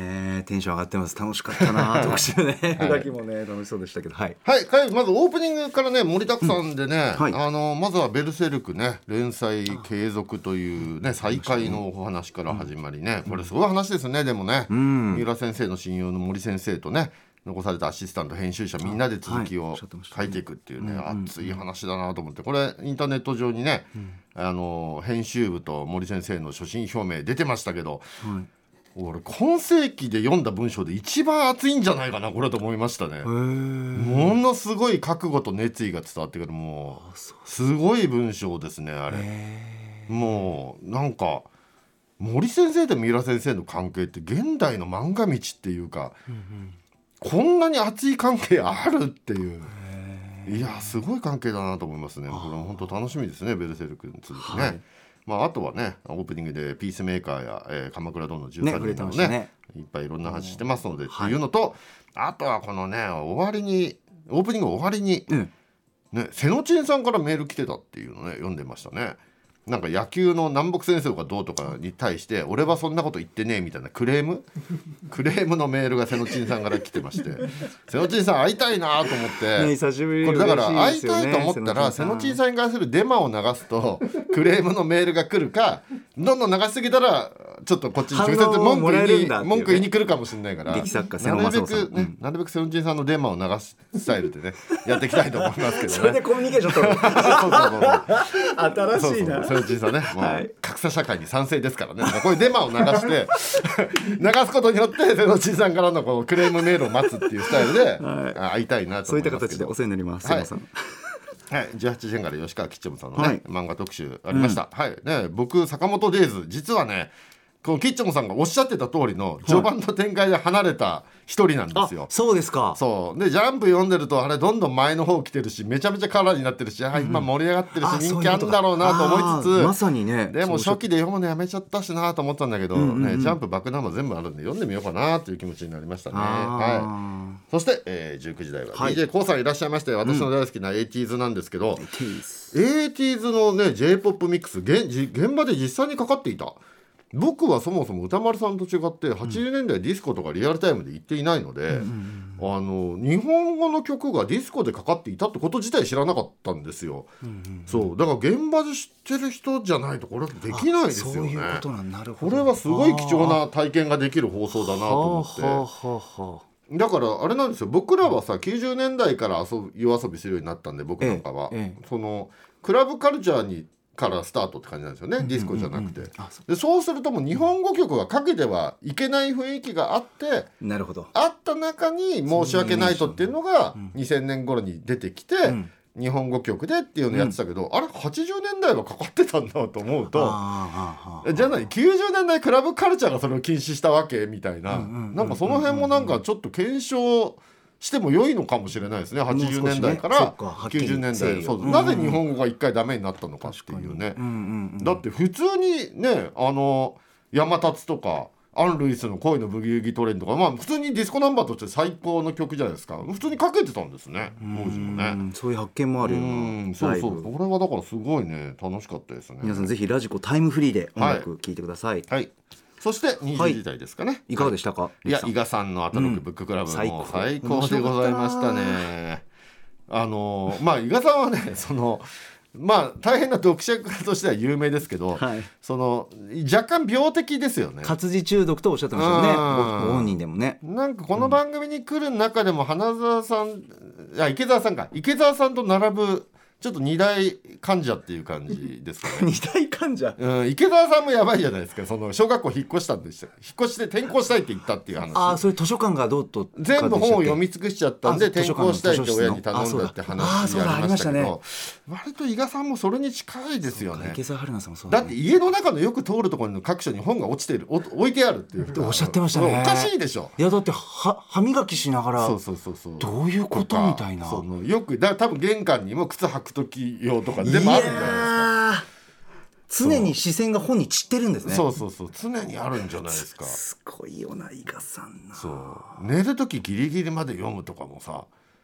S2: テンション上がってます。楽しかったな特集ね
S3: はい
S2: 宇垣もね楽しそうでしたけど、はい
S3: はい、はい、まずオープニングからね盛りだくさんでね、
S2: うんはい、
S3: あのまずはベルセルクね連載継続というね再開のお話から始まりね、これすごい話ですね。でもね、うん、三浦先生の親友の森先生とね残されたアシスタント編集者みんなで続きを書いていくっていうね、はい、熱い話だなと思って、これインターネット上にね、うん、あの編集部と森先生の所信表明出てましたけど、はい、俺今世紀で読んだ文章で一番熱いんじゃないかなこれと思いましたね。ものすごい覚悟と熱意が伝わってくる、もうすごい文章ですねあれ。もうなんか森先生と三浦先生の関係って現代の漫画道っていうか、うんうん、こんなに熱い関係あるっていう、いやすごい関係だなと思いますね。これ本当楽しみですねベルセルクに続きね、はい、まあ、あとはねオープニングでピースメーカーや、えー、鎌倉殿のじゅうさんにんなど ね, ね, ねいっぱいいろんな話してますのでっていうのと、はい、あとはこのね終わりにオープニング終わりに、うんね、瀬野珍さんからメール来てたっていうのね読んでましたね。なんか野球の南北戦争がどうとかに対して俺はそんなこと言ってねえみたいなクレームクレームのメールが瀬野珍さんから来てまして瀬野珍さん会いたいなと思って、ね、久しぶりこれだから会いたいと思ったら瀬野珍さんに関するデマを流すとクレームのメールが来るかどんどん流しすぎたらちょっとこっちに直接文句言いに、ね、文句言いに来るかもしれないから
S2: 劇作家瀬野正夫さん、
S3: なるべくね、うん、なるべく瀬野珍さんのデマを流すスタイルでねやっていきたいと思いますけどね。
S2: それでコミュニケーション取るそうそうそう新しいな。
S3: そうそう瀬野珍さんねもう、はい、格差社会に賛成ですからね。こういうデマを流して流すことによって瀬野珍さんからのこうクレームメールを待つっていうスタイルで、はい、会いたいなと思いますけど、そういった形で
S2: お世話になります瀬野さん。
S3: はい、じゅうはちじから吉川吉右衛門さんの、ねはい、漫画特集ありました、うんはいね、僕坂本デイズ実はねこのキッチョンさんがおっしゃってた通りの序盤の展開で離れた一人なんですよ、
S2: はい、そうですか。
S3: そうでジャンプ読んでるとあれどんどん前の方来てるしめちゃめちゃカラーになってるし、うん、今盛り上がってるし人気あるんだろうなと思いつつ
S2: まさにね
S3: でも初期で読むのやめちゃったしなと思ったんだけど、うんうんうんね、ジャンプ爆弾も全部あるんで読んでみようかなという気持ちになりましたね、はい、そして、えー、じゅうくじ台は ディージェー コウさんいらっしゃいまして、私の大好きな エイティーズ なんですけど、うん、エイティーズ のね J-ポップ ミックス 現, 現場で実際にかかっていた。僕はそもそも歌丸さんと違ってはちじゅうねんだいディスコとかリアルタイムで行っていないので、うんうん、あの日本語の曲がディスコでかかっていたってこと自体知らなかったんですよ、うんうん、そうだから現場で知ってる人じゃないとこれできないですよね。
S2: そういうことなんなるほど。
S3: これはすごい貴重な体験ができる放送だなと思って、はあはあはあ、だからあれなんですよ、僕らはさきゅうじゅうねんだいから遊び夜遊びするようになったんで僕なんかは、ええ、そのクラブカルチャーにからスタートって感じなんですよね、ディスコじゃなくて、うんうんうん、でそうするともう日本語曲がかけてはいけない雰囲気があって
S2: なるほど
S3: あった中に申し訳ないとっていうのがにせんねん頃に出てきて、うん、日本語曲でっていうのやってたけど、うん、あれはちじゅうねんだいはかかってたんだと思うとあじゃあ何きゅうじゅうねんだいクラブカルチャーがそれを禁止したわけみたいな、うんうんうんうん、なんかその辺もなんかちょっと検証しても良いのかもしれないですね。はちじゅうねんだいからきゅうじゅうねんだい、そう、うんうん、なぜ日本語が一回ダメになったのかっていうね、うんうんうん、だって普通にねあの山立とかアン・ルイスの恋のブギウギトレインとか、まあ普通にディスコナンバーとして最高の曲じゃないですか。普通にかけてたんですね当時もね。
S2: そういう発見もあるよな。うん
S3: そうそうこれはだからすごいね楽しかったですね。
S2: 皆さんぜひラジコタイムフリーで音楽聴いてください。
S3: はい、はい、そしてにじゅうじ台ですかね、はい、
S2: いかがでしたか。
S3: いや伊賀さんのアトロックブッククラブ、うん、もう最高でございましたね。あのまあ伊賀さんはねそのまあ大変な読者としては有名ですけど、はい、その若干病的ですよね。
S2: 活字中毒とおっしゃってましたよねご本人でもね。
S3: なんかこの番組に来る中でも花澤さん、うん、あ池澤さんか池澤さんと並ぶちょっと二大患者っていう感じですかね。
S2: 二大患者、
S3: うん、池澤さんもやばいじゃないですか。その小学校引っ越したんでした。引っ越して転校したいって言ったっていう話。
S2: ああそれ図書館がどうと
S3: 全部本を読み尽くしちゃったんで転校したいって親に頼んだって話がありましたけど、割と伊賀さんもそれに近いですよね。
S2: 池澤春菜さんもそうだ、ね、
S3: だって家の中のよく通るところの各所に本が落ちてる置いてあるっていう
S2: おっしゃってましたね。
S3: おかしいでしょ。
S2: いやだっては歯磨きしながらそうそうそうそうどういうことみたいな。
S3: そのよくだ多分玄関にも靴履く時用とかでもあるんじゃないですか。
S2: 常に視線が本に散ってるんですね。
S3: そうそうそう常にあるんじゃないですか。
S2: すごいよな伊賀さんな。
S3: そう寝る時ギリギリまで読むとかもさ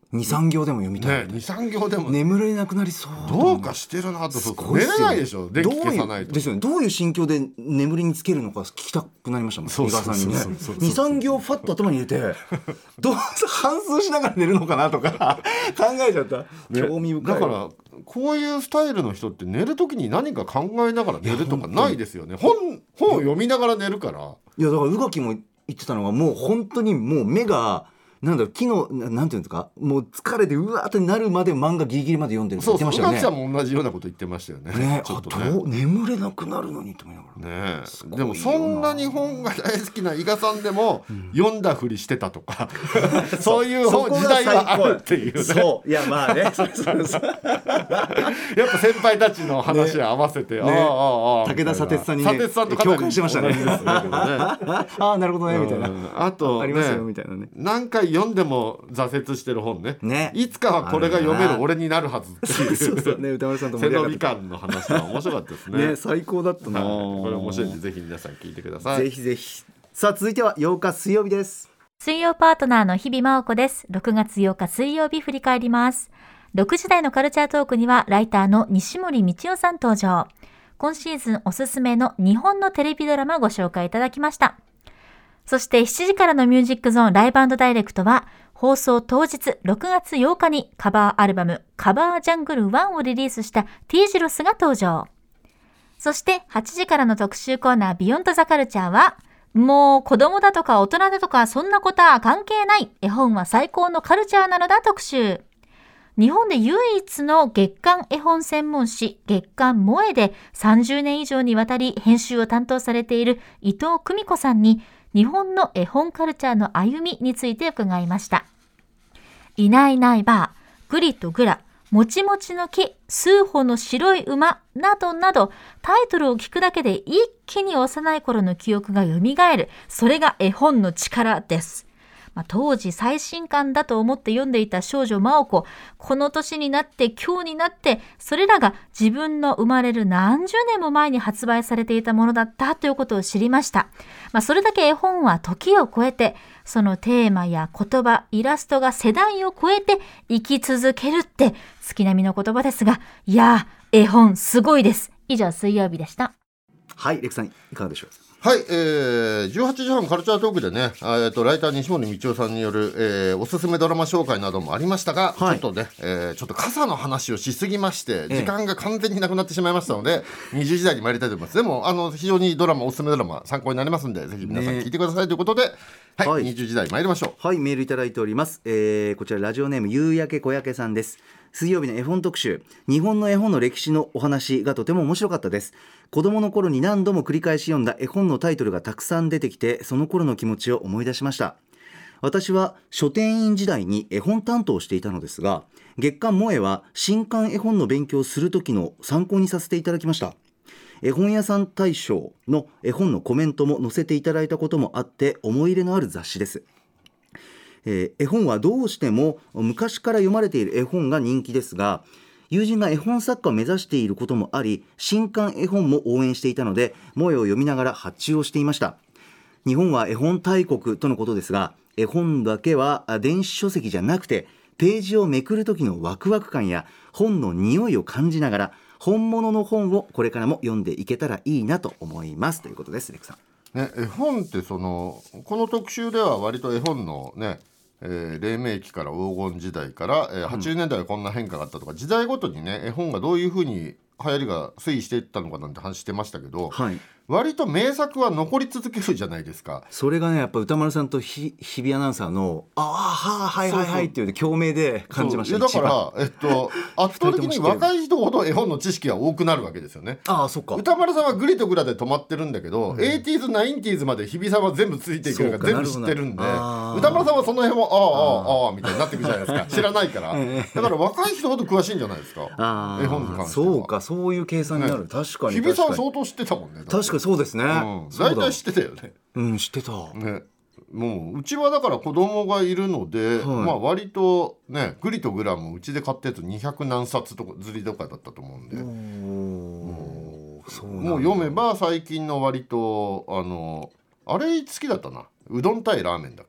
S2: にさん行でも読みたい、
S3: ね、にさん行でも
S2: 眠れなくなりそう
S3: どうかしてるなと。そうそう寝れないでしょ電気消さないと。
S2: ですよね。どういう心境で眠りにつけるのか聞きたくなりましたもん。井川さんにねにさん行ファッと頭に入れてどう反芻しながら寝るのかなとか考えちゃった、ね、興味深い。
S3: だからこういうスタイルの人って寝るときに何か考えながら寝るとかないですよね。本, 本を読みながら寝るから。
S2: いやだから宇垣も言ってたのがもう本当にもう目がなんだろう昨日なんていうんですかもう疲れてうわーってなるまで漫画ギリギリまで読んでるって言ってましたよね。
S3: そうそう、宇垣さんも同じようなこと言ってましたよね。
S2: ね
S3: ちょっとね
S2: あどう眠れなくなるのにと思いながら
S3: ねえ。でもそんな日本が大好きな伊賀さんでも、うん、読んだふりしてたとかそういう時代があるっていうね。
S2: そういやまあねそうそうそう
S3: やっぱ先輩たちの話を合わせて、ね、ああああ
S2: 武田砂鉄さんに、ね、
S3: 砂鉄さんと
S2: 共感してましたね。
S3: あ
S2: あなるほどねみたいな、
S3: うん、あと、ね、
S2: ありますよみたいなね。
S3: 何回読んでも挫折してる本 ね,
S2: ね
S3: いつかはこれが読める俺になるはずっていう
S2: そうそう、ね、歌丸さんと盛り上がって
S3: 背伸び感の話は面白かったです ね,
S2: ね最高だったな、はい、
S3: これ面白いんでぜひ皆さん聞いてください。
S2: ぜひぜひ。さあ続いてはようか水曜日です。
S7: 水曜パートナーの日々真央子です。ろくがつようか水曜日振り返ります。ろくじ台のカルチャートークにはライターの西森道夫さん登場。今シーズンおすすめの日本のテレビドラマご紹介いただきました。そしてしちじからのミュージックゾーンライブ&ダイレクトは放送当日ろくがつようかにカバーアルバムカバージャングルワンをリリースした T ジロスが登場。そしてはちじからの特集コーナービヨンドザカルチャーはもう子供だとか大人だとかそんなことは関係ない、絵本は最高のカルチャーなのだ特集。日本で唯一の月刊絵本専門誌月刊萌えでさんじゅうねん以上にわたり編集を担当されている伊藤久美子さんに日本の絵本カルチャーの歩みについて伺いました。いないいないばあ、グリとグラ、もちもちの木、数歩の白い馬などなどタイトルを聞くだけで一気に幼い頃の記憶が蘇る。それが絵本の力です。まあ、当時最新刊だと思って読んでいた少女真央子、この年になって今日になってそれらが自分の生まれる何十年も前に発売されていたものだったということを知りました。まあ、それだけ絵本は時を超えてそのテーマや言葉、イラストが世代を超えて生き続けるって月並みの言葉ですが、いやー絵本すごいです。以上水曜日でした。
S2: はい、レクさんいかがでしょう。
S3: はい、えー、じゅうはちじはんカルチャートークでね、えー、とライター西森道夫さんによる、えー、おすすめドラマ紹介などもありましたが、はい、ちょっとね、えー、ちょっと傘の話をしすぎまして時間が完全になくなってしまいましたので、ええ、にじゅうじ台に参りたいと思います。でもあの非常にドラマおすすめドラマ参考になりますのでぜひ皆さん聞いてくださいということで、ね、はい、はい、にじゅうじ台参りましょう。
S2: はい、メールいただいております、えー、こちらラジオネーム夕焼け小焼けさんです。水曜日の絵本特集、日本の絵本の歴史のお話がとても面白かったです。子供の頃に何度も繰り返し読んだ絵本のタイトルがたくさん出てきてその頃の気持ちを思い出しました。私は書店員時代に絵本担当をしていたのですが、月刊萌えは新刊絵本の勉強をする時の参考にさせていただきました。絵本屋さん大賞の絵本のコメントも載せていただいたこともあって思い入れのある雑誌です。えー、絵本はどうしても昔から読まれている絵本が人気ですが、友人が絵本作家を目指していることもあり新刊絵本も応援していたので萌えを読みながら発注をしていました。日本は絵本大国とのことですが、絵本だけは電子書籍じゃなくてページをめくる時のワクワク感や本の匂いを感じながら本物の本をこれからも読んでいけたらいいなと思いますということです。レクさん、
S3: ね、絵本ってそのこの特集では割と絵本のねえー、黎明期から黄金時代から、えー、はちじゅうねんだいはこんな変化があったとか、うん、時代ごとにね絵本がどういうふうに流行りが推移していったのかなんて話してましたけど、はい、割と名作は残り続けるじゃないですか。
S2: それがねやっぱ歌丸さんとひ日比アナウンサーのああはいはいはいっていう共鳴で感じました。
S3: だから、えっと、圧倒的に若い人ほど絵本の知識が多くなるわけですよね。
S2: ああそっか。
S3: 歌丸さんはグリとグラで止まってるんだけど、うん、エイティーズ、ナインティーズまで日比さんは全部ついていくから全部知ってるんで、歌丸さんはその辺もああああああみたいになっていくじゃないですか知らないからだから若い人ほど詳しいんじゃないですか絵本に関しては。
S2: そうか、そういう計算になる、ね、確かに
S3: 日比さん相当知ってたもんね。
S2: 確かにそうですね、うん
S3: 大体知ってたよね。
S2: うん知ってた、
S3: ね、もううちはだから子供がいるので、はい、まあ割とねグリとグラもうちで買ったやつにひゃく何冊とか釣りとかだったと思うんで、もう、そうなんだ。もう読めば最近の割とあのあれ好きだったな、うどん対ラーメンだっけ。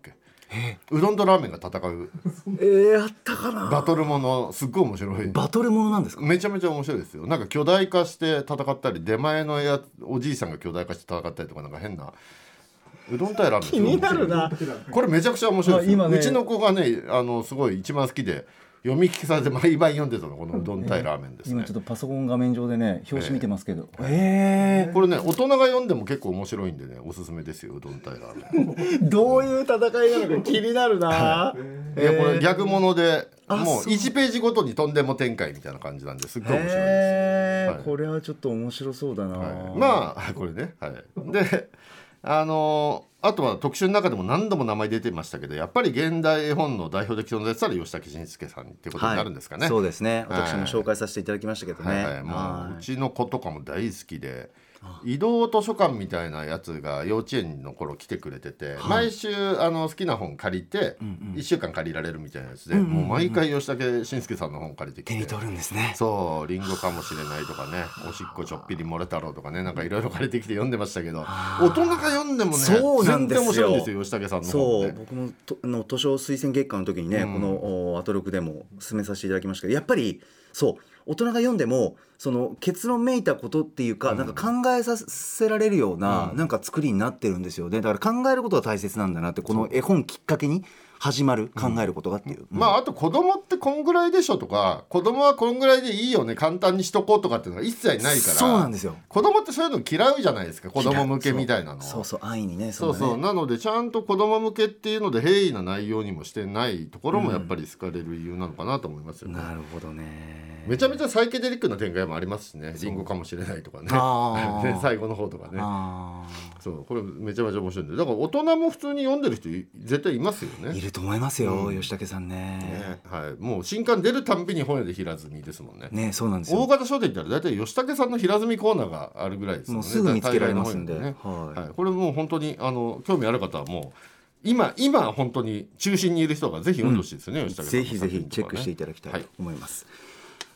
S3: うどんとラーメンが戦う
S2: えー、あったかな。
S3: バトルものすっごい面白い。
S2: バトルものなんですか。
S3: めちゃめちゃ面白いですよ。なんか巨大化して戦ったり、出前のやおじいさんが巨大化して戦ったりとか、なんか変なうどん対ラーメン
S2: 気になるな。
S3: これめちゃくちゃ面白いですよ、
S2: 今ね
S3: うちの子がねあのすごい一番好きで読み聞きされて毎晩読んでたのこのうどん対ラーメンですね。
S2: 今ちょっとパソコン画面上でね表紙見てますけど、えー、
S3: これね大人が読んでも結構面白いんでねおすすめですよ、うどん対ラーメン
S2: どういう戦いなのか気になるな。
S3: いやこれ逆物でもういちページごとにとんでも展開みたいな感じなんですっごい面白いです、
S2: えー
S3: はい、
S2: これはちょっと面白そうだな、
S3: はい、まあこれね、はい、であのーあとは特集の中でも何度も名前出てましたけど、やっぱり現代絵本の代表的存在だったら吉武慎介さんっていうことになるんですかね、
S2: はい、そうですね、
S3: はい、
S2: 私も紹介させていただきましたけどね、
S3: はいはい、もううちの子とかも大好きで、移動図書館みたいなやつが幼稚園の頃来てくれてて、はい、毎週あの好きな本借りていっしゅうかん借りられるみたいなやつで、うんうん、もう毎回吉武慎介さんの本借りてきて
S2: 手に取るんですね。
S3: そうリンゴかもしれないとかね、おしっこちょっぴり漏れ太郎とかね、なんかいろいろ借りてきて読んでましたけど、大人が読んでもね
S2: そうなんですよ、
S3: 全然面白いんですよ吉武さんの本って。
S2: そう僕もとの図書推薦月間の時にね、うん、このアトロクでも勧めさせていただきましたけど、やっぱりそう大人が読んでもその結論めいたことっていうか、うん、なんか考えさせられるような、うん、なんか作りになってるんですよね。だから考えることが大切なんだなって、この絵本きっかけに始まる考えることがっていう、うん、
S3: まああと子供ってこんぐらいでしょとか、子供はこんぐらいでいいよね簡単にしとこうとかっていうのが一切ないから。
S2: そうなんですよ。
S3: 子供ってそういうの嫌うじゃないですか、子供向けみたいなの。
S2: そうそう安易にね。
S3: そうそう、なのでちゃんと子供向けっていうので平易な内容にもしてないところもやっぱり好かれる理由なのかなと思いますよね、
S2: うん、なるほどね。
S3: めちゃめちゃサイケデリックな展開もありますしね、リンゴかもしれないとかねね最後の方とかね。そうこれめちゃめちゃ面白いんで、だから大人も普通に読んでる人絶対いますよね。
S2: いると思いますよ、うん、吉武さん ね,
S3: ね、はい、もう新刊出るたんびに本屋で平積みですもんね。
S2: ね、そうなんですよ。
S3: 大型書店行ったら大体吉武さんの平積みコーナーがあるぐらいですもんね。
S2: もうすぐ見つけられますんで、
S3: ね、はいはい、これもう本当にあの興味ある方はもう今今本当に中心にいる人がぜひ読んでほしいですよね、うん、吉武さんの作品とかね。
S2: ぜひぜひチェックしていただきたいと思います、はい、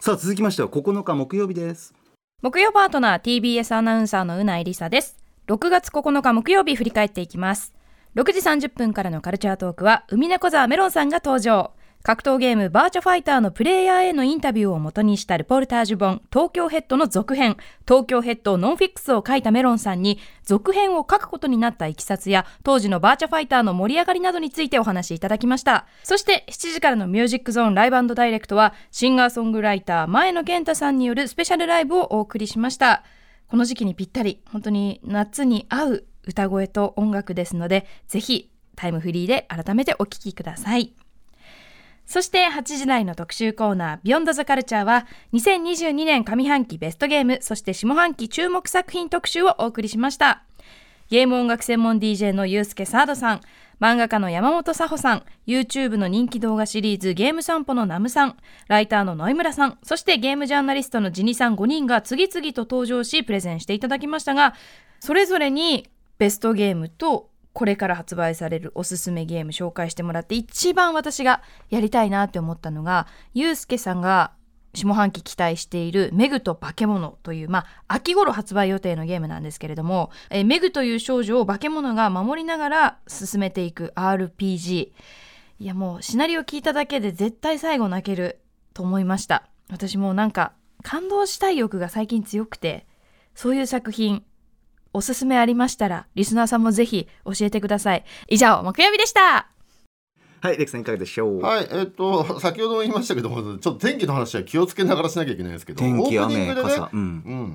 S2: さあ続きましてはここのか木曜日です。
S8: 木曜パートナー ティービーエス アナウンサーのうないりさです。ろくがつここのか木曜日振り返っていきます。ろくじさんじゅっぷんからのカルチャートークは海猫沢メロンさんが登場。格闘ゲームバーチャファイターのプレイヤーへのインタビューを元にしたルポルタージュ本東京ヘッドの続編東京ヘッドノンフィックスを書いたメロンさんに続編を書くことになったいきさつや当時のバーチャファイターの盛り上がりなどについてお話しいただきました。そしてしちじからのミュージックゾーンライブ&ダイレクトはシンガーソングライター前野健太さんによるスペシャルライブをお送りしました。この時期にぴったり本当に夏に合う歌声と音楽ですので、ぜひタイムフリーで改めてお聴きください。そしてはちじ台の特集コーナービヨンドザカルチャーはにせんにじゅうにねん上半期ベストゲーム、そして下半期注目作品特集をお送りしました。ゲーム音楽専門 ディージェー のゆうすけサードさん、漫画家の山本佐穂さん、 YouTube の人気動画シリーズゲーム散歩のナムさん、ライターの野井村さん、そしてゲームジャーナリストのジニさんごにんが次々と登場しプレゼンしていただきましたが、それぞれにベストゲームとこれから発売されるおすすめゲーム紹介してもらって、一番私がやりたいなって思ったのが、ゆうすけさんが下半期期待しているメグと化け物という、まあ、秋頃発売予定のゲームなんですけれども、えメグという少女を化け物が守りながら進めていく アールピージー。 いやもうシナリオ聞いただけで絶対最後泣けると思いました。私もなんか感動したい欲が最近強くて、そういう作品おすすめありましたらリスナーさんもぜひ教えてください。以上木曜日でした。
S2: はい、レクさんいかがでしょう。
S3: はい、えっと先ほども言いましたけども、ちょっと天気の話は気をつけながらしなきゃいけないんですけど、
S2: 天気
S3: オープニングでね、
S2: 傘、うん
S3: うん、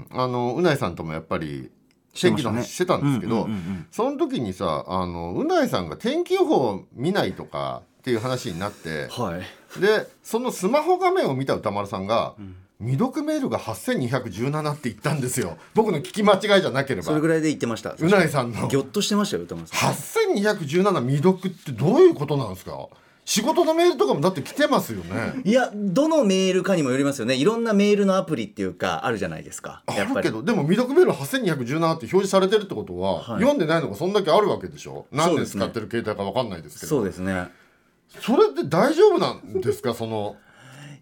S3: あのうないさんともやっぱり天気の話してたんですけど、その時にさ、あのうないさんが天気予報を見ないとかっていう話になって、
S2: はい、
S3: でそのスマホ画面を見た歌丸さんが、うん未読メールがはっせんにひゃくじゅうななって言ったんですよ。僕の聞き間違いじゃなければ。
S2: それぐらいで言ってました。
S3: うないさんの
S2: ギョッとしてましたよ歌丸さん。
S3: はっせんにひゃくじゅうなな未読ってどういうことなんですか。仕事のメールとかもだって来てますよね。
S2: いやどのメールかにもよりますよね。いろんなメールのアプリっていうかあるじゃないですか。
S3: やっぱりあるけど、でも未読メールはっせんにひゃくじゅうななって表示されてるってことは、はい、読んでないのがそんだけあるわけでしょ。何年使ってる携帯か分かんないですけど。
S2: そうですね。
S3: それって大丈夫なんですかその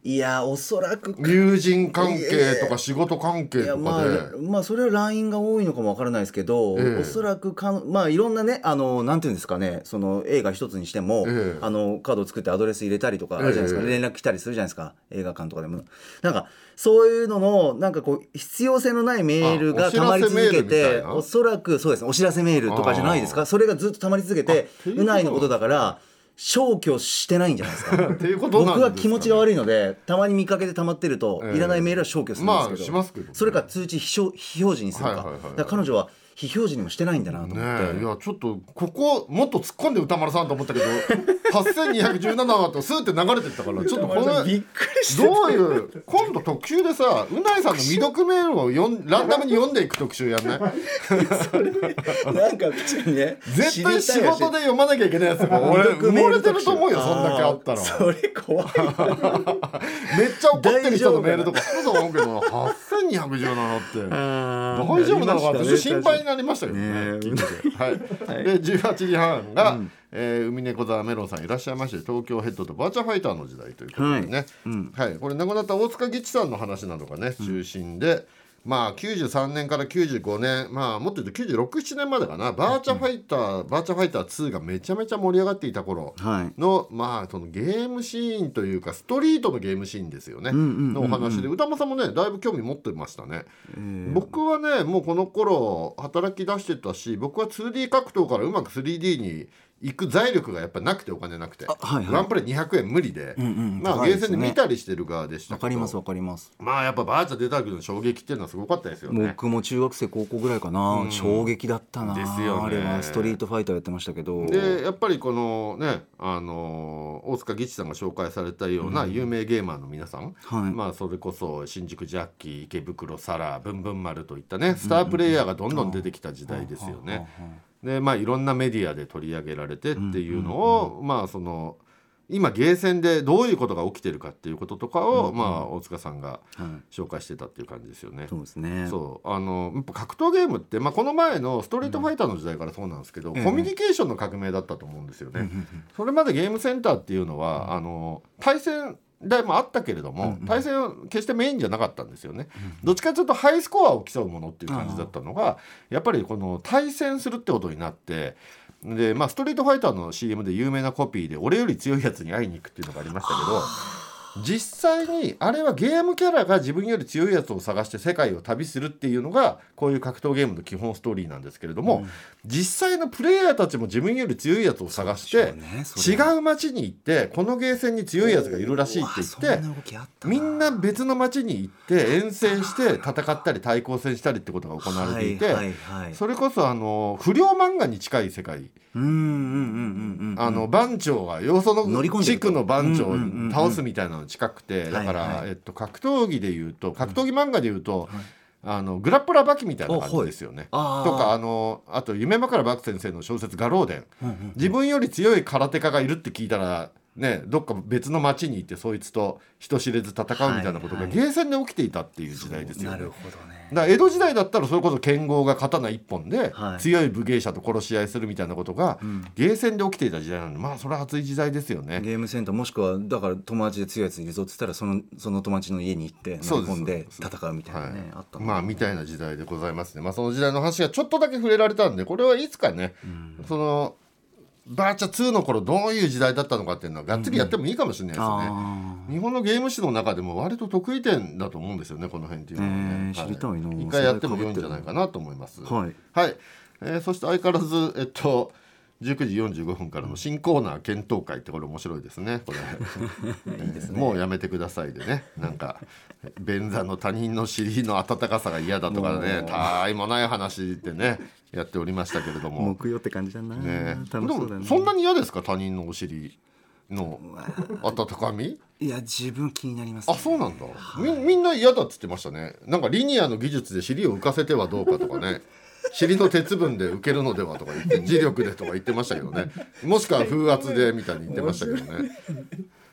S2: いやおそらく
S3: 友人関係とか仕事関係とかで、
S2: まあ、まあそれは ライン が多いのかもわからないですけど、ええ、おそらくかまあいろんなねあのなんていうんですかねその映画一つにしても、ええ、あのカードを作ってアドレス入れたりとかあるじゃないですか、ええ、連絡来たりするじゃないですか映画館とかでもなんかそういうののなんかこう必要性のないメールがたまり続けて お, おそらくそうですねお知らせメールとかじゃないですかそれがずっとたまり続けてうないのことだから消去してないんじゃないですか
S3: っていうことなんですかね、
S2: 僕は気持ちが悪いのでたまに見かけて溜まってると、えー、いらないメールは消去するんですけど、
S3: まあしますけどね、
S2: それか通知非表示にするか、はいはいはいはい、だから彼女は非表示にもしてないんだなと思って、
S3: ね、いやちょっとここもっと突っ込んで歌丸さんと思ったけどはっせんにひゃくじゅうななとスーって流れてったからちょっとこれ
S2: びっくりして
S3: どういう今度特集でさうないさんの未読メールをよんランダムに読んでいく特集やんない
S2: それなんか確かにね
S3: 絶対仕事で読まなきゃいけないやつが俺埋もれてると思うよそんだけあったら
S2: それ怖い
S3: めっちゃ怒ってる人のメールとかそうと思うけどはっせんにひゃくじゅうななって大丈夫なのか私心配になりましたけどね、はいはい、でじゅうはちじはんが、うんえー、海猫沢メロンさんいらっしゃいまして東京ヘッドとバーチャファイターの時代ということでね、はいうんはい、これ亡くなった大塚義地さんの話などがね中心で、うんまあ、きゅうじゅうさんねんからきゅうじゅうごねん、まあ、もっと言うときゅうじゅうろく、ななねんまでかなバーチャファイター、うん、バーチャファイターツーがめちゃめちゃ盛り上がっていた頃の、はいまあ、そのゲームシーンというかストリートのゲームシーンですよね、うんうんうんうん、のお話で歌間さんもねだいぶ興味持ってましたね、えー、僕はねもうこの頃働き出してたし僕は ツーディー 格闘からうまく スリーディー に行く財力がやっぱなくてお金なくて、はいはい、ワンプレイにひゃくえん無理で、うんうんまあ、ゲーセンで見たりしてる側でしたけどわ
S2: かりますわかります
S3: まあやっぱバーチャ出た時の衝撃っていうのはすごかったですよね
S2: 僕も中学生高校ぐらいかな、うん、衝撃だったな
S3: ですよねあれ
S2: はストリートファイターやってましたけど
S3: でやっぱりこのねあの大塚義地さんが紹介されたような有名ゲーマーの皆さん、うんはいまあ、それこそ新宿ジャッキー池袋サラブンブン丸といったねスタープレイヤーがどんどん出てきた時代ですよね、うんうんうんでまあ、いろんなメディアで取り上げられてっていうのを、うんうんうんまあ、その今ゲーセンでどういうことが起きてるかっていうこととかを、うんうんまあ、大塚さんが紹介してたっていう感じですよね。
S2: そうですね
S3: そうあのやっぱ格闘ゲームって、まあ、この前のストリートファイターの時代からそうなんですけど、うん、コミュニケーションの革命だったと思うんですよね。うんうんうん、それまでゲームセンターっていうのは、うん、あの対戦台もあったけれども、うんうん、対戦は決してメインじゃなかったんですよね、うんうん、どっちかというとハイスコアを競うものっていう感じだったのがやっぱりこの対戦するってことになってで、まあ、ストリートファイターの シーエム で有名なコピーで俺より強いやつに会いに行くっていうのがありましたけど実際にあれはゲームキャラが自分より強いやつを探して世界を旅するっていうのがこういう格闘ゲームの基本ストーリーなんですけれども、うん、実際のプレイヤーたちも自分より強いやつを探して、ね、違う街に行ってこのゲーセンに強いやつがいるらしいって言ってみんな別の街に行って遠征して戦ったり対抗戦したりってことが行われていて、はいはいはい、それこそあの不良漫画に近い世界あの番長が要素の地区の番長を倒すみたいなの近くてだから、はいはいえっと、格闘技でいうと格闘技漫画でいうと、うん、あのグラップラーバキみたいな感じですよね。とかあのあと夢枕バク先生の小説ガローデン、うんうんうん、自分より強い空手家がいるって聞いたらね、どっか別の町に行ってそいつと人知れず戦うみたいなことがゲーセンで起きていたっていう時代ですよね。なるほどね。だから江戸時代だったらそれこそ剣豪が刀一本で強い武芸者と殺し合いするみたいなことがゲーセンで起きていた時代なので、まあそれは熱い時代ですよね。
S2: ゲームセンターもしくはだから友達で強いやついるぞって言ったらその、その友達の家に行って乗り込んで戦うみたいなね、
S3: はい、あったまあみたいな時代でございますね。まあその時代の話がちょっとだけ触れられたんでこれはいつかね、うん、そのバーチャツーの頃どういう時代だったのかっていうのはがっつりやってもいいかもしれないですね、うん、日本のゲーム史の中でも割と得意点だと思うんですよねこの辺っていうのはね、
S2: えー、知りたいな、
S3: はい、一回やっても良いんじゃないかなと思います。はい、はいえー、そして相変わらずえっとじゅうくじよんじゅうごふんからの新コーナー検討会ってこれ面白いですねこれいいですね、もうやめてくださいでねなんか便座の他人の尻の温かさが嫌だとかねたわいもない話でねやっておりましたけれども
S2: 木曜って感じだな、ね、
S3: 楽しそうだね。でもそんなに嫌ですか他人のお尻の温かみ
S2: いや自分気になります、
S3: ね、あそうなんだ み, みんな嫌だっつってましたね。なんかリニアの技術で尻を浮かせてはどうかとかね尻の鉄分で受けるのではとか言って磁力でとか言ってましたけどねもしくは風圧でみたいに言ってましたけどね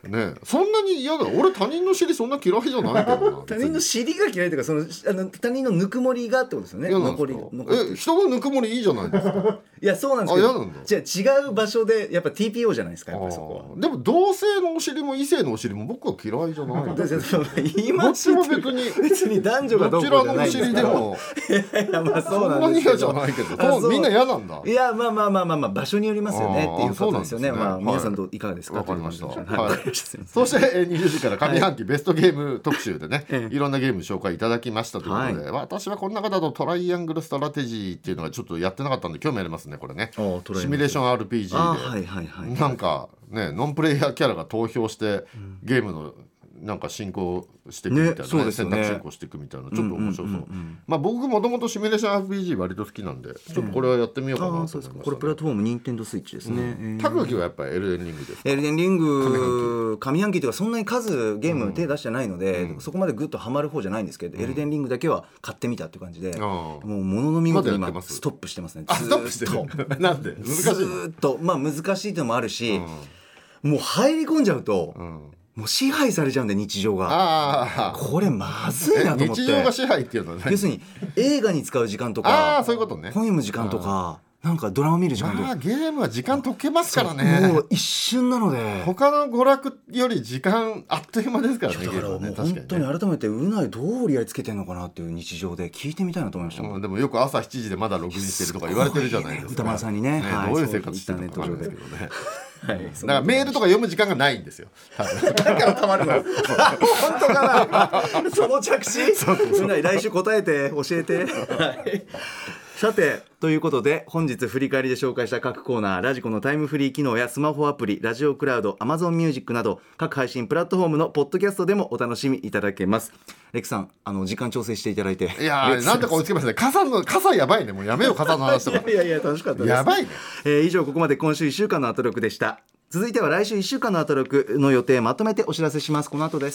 S3: ね、そんなに嫌だ。俺他人の尻そんな嫌いじゃないけどな。
S2: 他人の尻が嫌いというか、そのあの他人のぬくもりがってことですよね。
S3: 嫌なんですか。え、人のぬくもりいいじゃないですか。
S2: いや、そうなんですけど、
S3: あ、嫌なんだ。
S2: じゃあ違う場所でやっぱ ティーピーオー じゃないですか、やっぱりそこは。
S3: でも同性のお尻も異性のお尻も僕は嫌いじゃない。
S2: どっちも別に別に男女がどうこうじゃないんですけど。
S3: どちらのお尻でも
S2: いやいや、まあそうなんですけど。
S3: そんなに嫌じゃないけど、そうみんな嫌なんだ。
S2: いや、まあまあまあまあまあ場所によりますよねっていうことですよね。
S3: あ、
S2: まあ皆さん
S3: と
S2: どういかがですか。
S3: わかりました。
S2: はい
S3: はい、そしてにじゅうじから上半期ベストゲーム特集でね、はい、いろんなゲーム紹介いただきましたということで、はい、私はこの中だとトライアングルストラテジーっていうのはちょっとやってなかったんで興味ありますね、これね。シミュレーション アールピージー で、はいはいはい、なんかね、ノンプレイヤーキャラが投票してゲームのなんか進行していくみたいな、ねね、そうですね、選択進行していくみたいな、ちょっと面白そう。うんうんうんうん、まあ僕もともとシミュレーション アールピージー 割と好きなんで、ちょっとこれはやってみようかなと思いました、ね。
S2: これプラットフォームニンテンドースイッチですね。うん、
S3: 高木はやっぱりエルデンリングですか。
S2: エルデンリング上半期というかそんなに数ゲーム手出してないので、うん、そこまでグッとハマる方じゃないんですけど、うん、エルデンリングだけは買ってみたっていう感じで、うん、もうものの見事に今ストップしてますね。
S3: あ、ストップしてる。なんで難しいの？
S2: ずっとまあ難しいのもあるし、うん、もう入り込んじゃうと。うん、もう支配されちゃうんで日常が。あ、これまずいなと思って。
S3: 日常が支配っていうのは何？
S2: 要するに映画に使う時間とか、
S3: あ、そういうことね、
S2: 本読む時間とか、なんかドラマ見る時間とか、
S3: まあ、ゲームは時間解けますからね。
S2: もう一瞬なので、
S3: 他の娯楽より時間あっという間ですからね。
S2: だからもう本当に改めてうないどう折り合いつけてんのかなっていう日常で聞いてみたいなと思いました。
S3: うん、でもよく朝しちじでまだログインしてるとか言われてるじゃないですか。
S2: 歌丸さんに ね, ね、
S3: はい、どういう生活してるのか分かんないですけどね。はい、だ
S2: か
S3: らメールとか読む時間がないんですよ。
S2: だからたまるの。本当かな。その着地。そうそうそう。来週答えて教えて。はい。さてということで本日振り返りで紹介した各コーナー、ラジコのタイムフリー機能やスマホアプリ、ラジオクラウド、Amazon Music など各配信プラットフォームのポッドキャストでもお楽しみいただけます。レクさん、あの時間調整していただいて、
S3: いやーなんとか追いつけましたね。傘の傘やばいね。もうやめよう傘の話とか。
S2: いやいや楽しかったです。
S3: やばいね。
S2: えー、以上ここまで今週いっしゅうかんのアトロクでした。続いては来週いっしゅうかんのアトロクの予定まとめてお知らせします。この後です。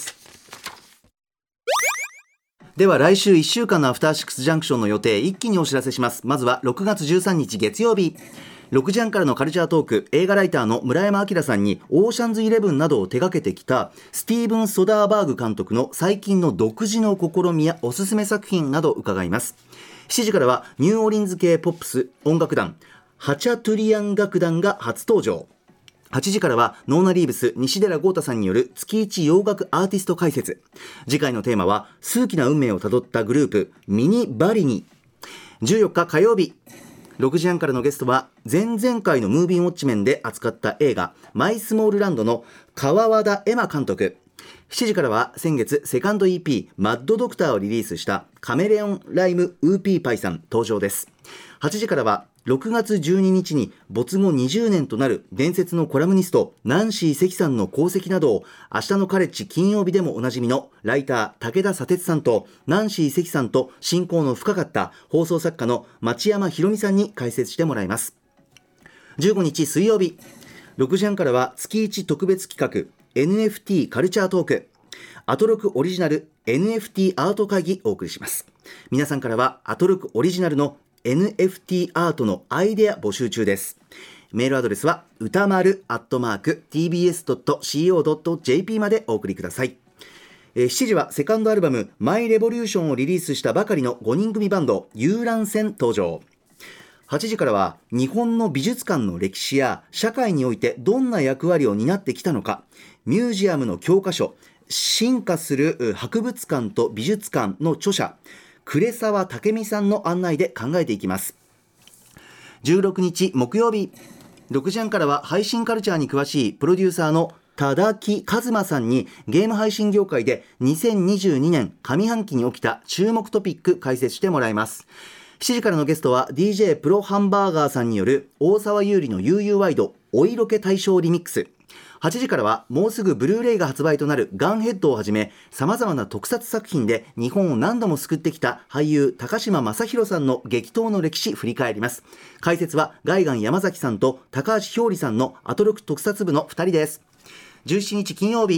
S2: では来週いっしゅうかんのアフターシックスジャンクションの予定一気にお知らせします。まずはろくがつじゅうさんにち月曜日ろくじはんからのカルチャートーク、映画ライターの村山明さんにオーシャンズイレブンなどを手掛けてきたスティーブン・ソダーバーグ監督の最近の独自の試みやおすすめ作品など伺います。しちじからはニューオーリンズ系ポップス音楽団ハチャトゥリアン楽団が初登場。はちじからはノーナ・リーブス西寺豪太さんによる月一洋楽アーティスト解説。次回のテーマは数奇な運命をたどったグループミニバリニ。じゅうよっか火曜日ろくじはんからのゲストは前々回のムービーウォッチメンで扱った映画マイスモールランドの川和田恵馬監督。しちじからは先月セカンド イーピー マッドドクターをリリースしたカメレオンライムウーピーパイさん登場です。はちじからはろくがつじゅうににちに没後にじゅうねんとなる伝説のコラムニストナンシー関さんの功績などを明日のカレッジ金曜日でもおなじみのライター武田砂鉄さんとナンシー関さんと親交の深かった放送作家の町山ひろみさんに解説してもらいます。じゅうごにち水曜日ろくじはんからは月いち特別企画 エヌエフティー カルチャートーク、アトロクオリジナル エヌエフティー アート会議をお送りします。皆さんからはアトロクオリジナルの エヌエフティー アートのアイデア募集中です。メールアドレスは歌丸アットマーク ティービーエスドットシーオードットジェーピー までお送りください。えー、しちじはセカンドアルバムマイレボリューションをリリースしたばかりのごにん組バンド遊覧船登場。はちじからは日本の美術館の歴史や社会においてどんな役割を担ってきたのか、ミュージアムの教科書進化する博物館と美術館の著者呉沢武美さんの案内で考えていきます。じゅうろくにち木曜日ろくじはんからは配信カルチャーに詳しいプロデューサーの多田木一馬さんにゲーム配信業界でにせんにじゅうにねん上半期に起きた注目トピック解説してもらいます。しちじからのゲストは ディージェー プロハンバーガーさんによる大沢優里の ユーユー ワイドお色気大賞リミックス。はちじからはもうすぐブルーレイが発売となるガンヘッドをはじめ様々な特撮作品で日本を何度も救ってきた俳優高島正宏さんの激闘の歴史振り返ります。解説はガイガン山崎さんと高橋ひょうりさんのアトロク特撮部のふたりです。じゅうしちにち金曜日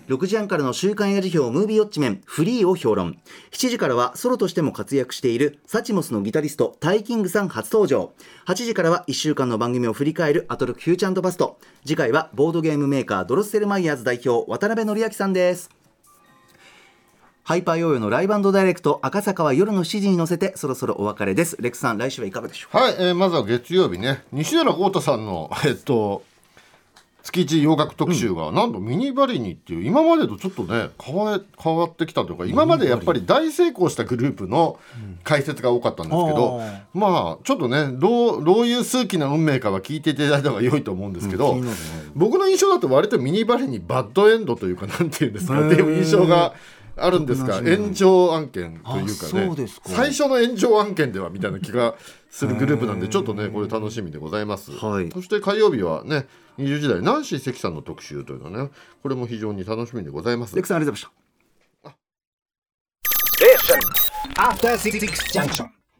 S2: ろくじはんからの週刊映画辞表ムービーウォッチメンフリーを評論。しちじからはソロとしても活躍しているサチモスのギタリストタイキングさん初登場。はちじからはいっしゅうかんの番組を振り返るアトロクフューチャー&バスト。次回はボードゲームメーカードロッセルマイヤーズ代表渡辺則明さんです。ハイパーヨーヨーのライブ&ダイレクト赤坂は夜のしちじに乗せてそろそろお別れです。レックさん、来週はいかがでしょうか。
S3: はい、えー、まずは月曜日ね、西浦豪太さんのえっと月一洋楽特集が、うん、なんとミニバリニっていう今までとちょっとね変わ変わってきたというか、今までやっぱり大成功したグループの解説が多かったんですけど、うん、まあちょっとねどうどういう数奇な運命かは聞いていただいた方が良いと思うんですけど、うん、僕の印象だと割とミニバリニバッドエンドというかなんていうんですかっていう印象があるんですが、炎上案件というかね、か最初の炎上案件ではみたいな気がするグループなんで、ちょっとねこれ楽しみでございます、はい、そして火曜日はねにじゅうじ台ナンシー関さんの特集というのはね、これも非常に楽しみでございます。
S2: レクさんありがとうございました。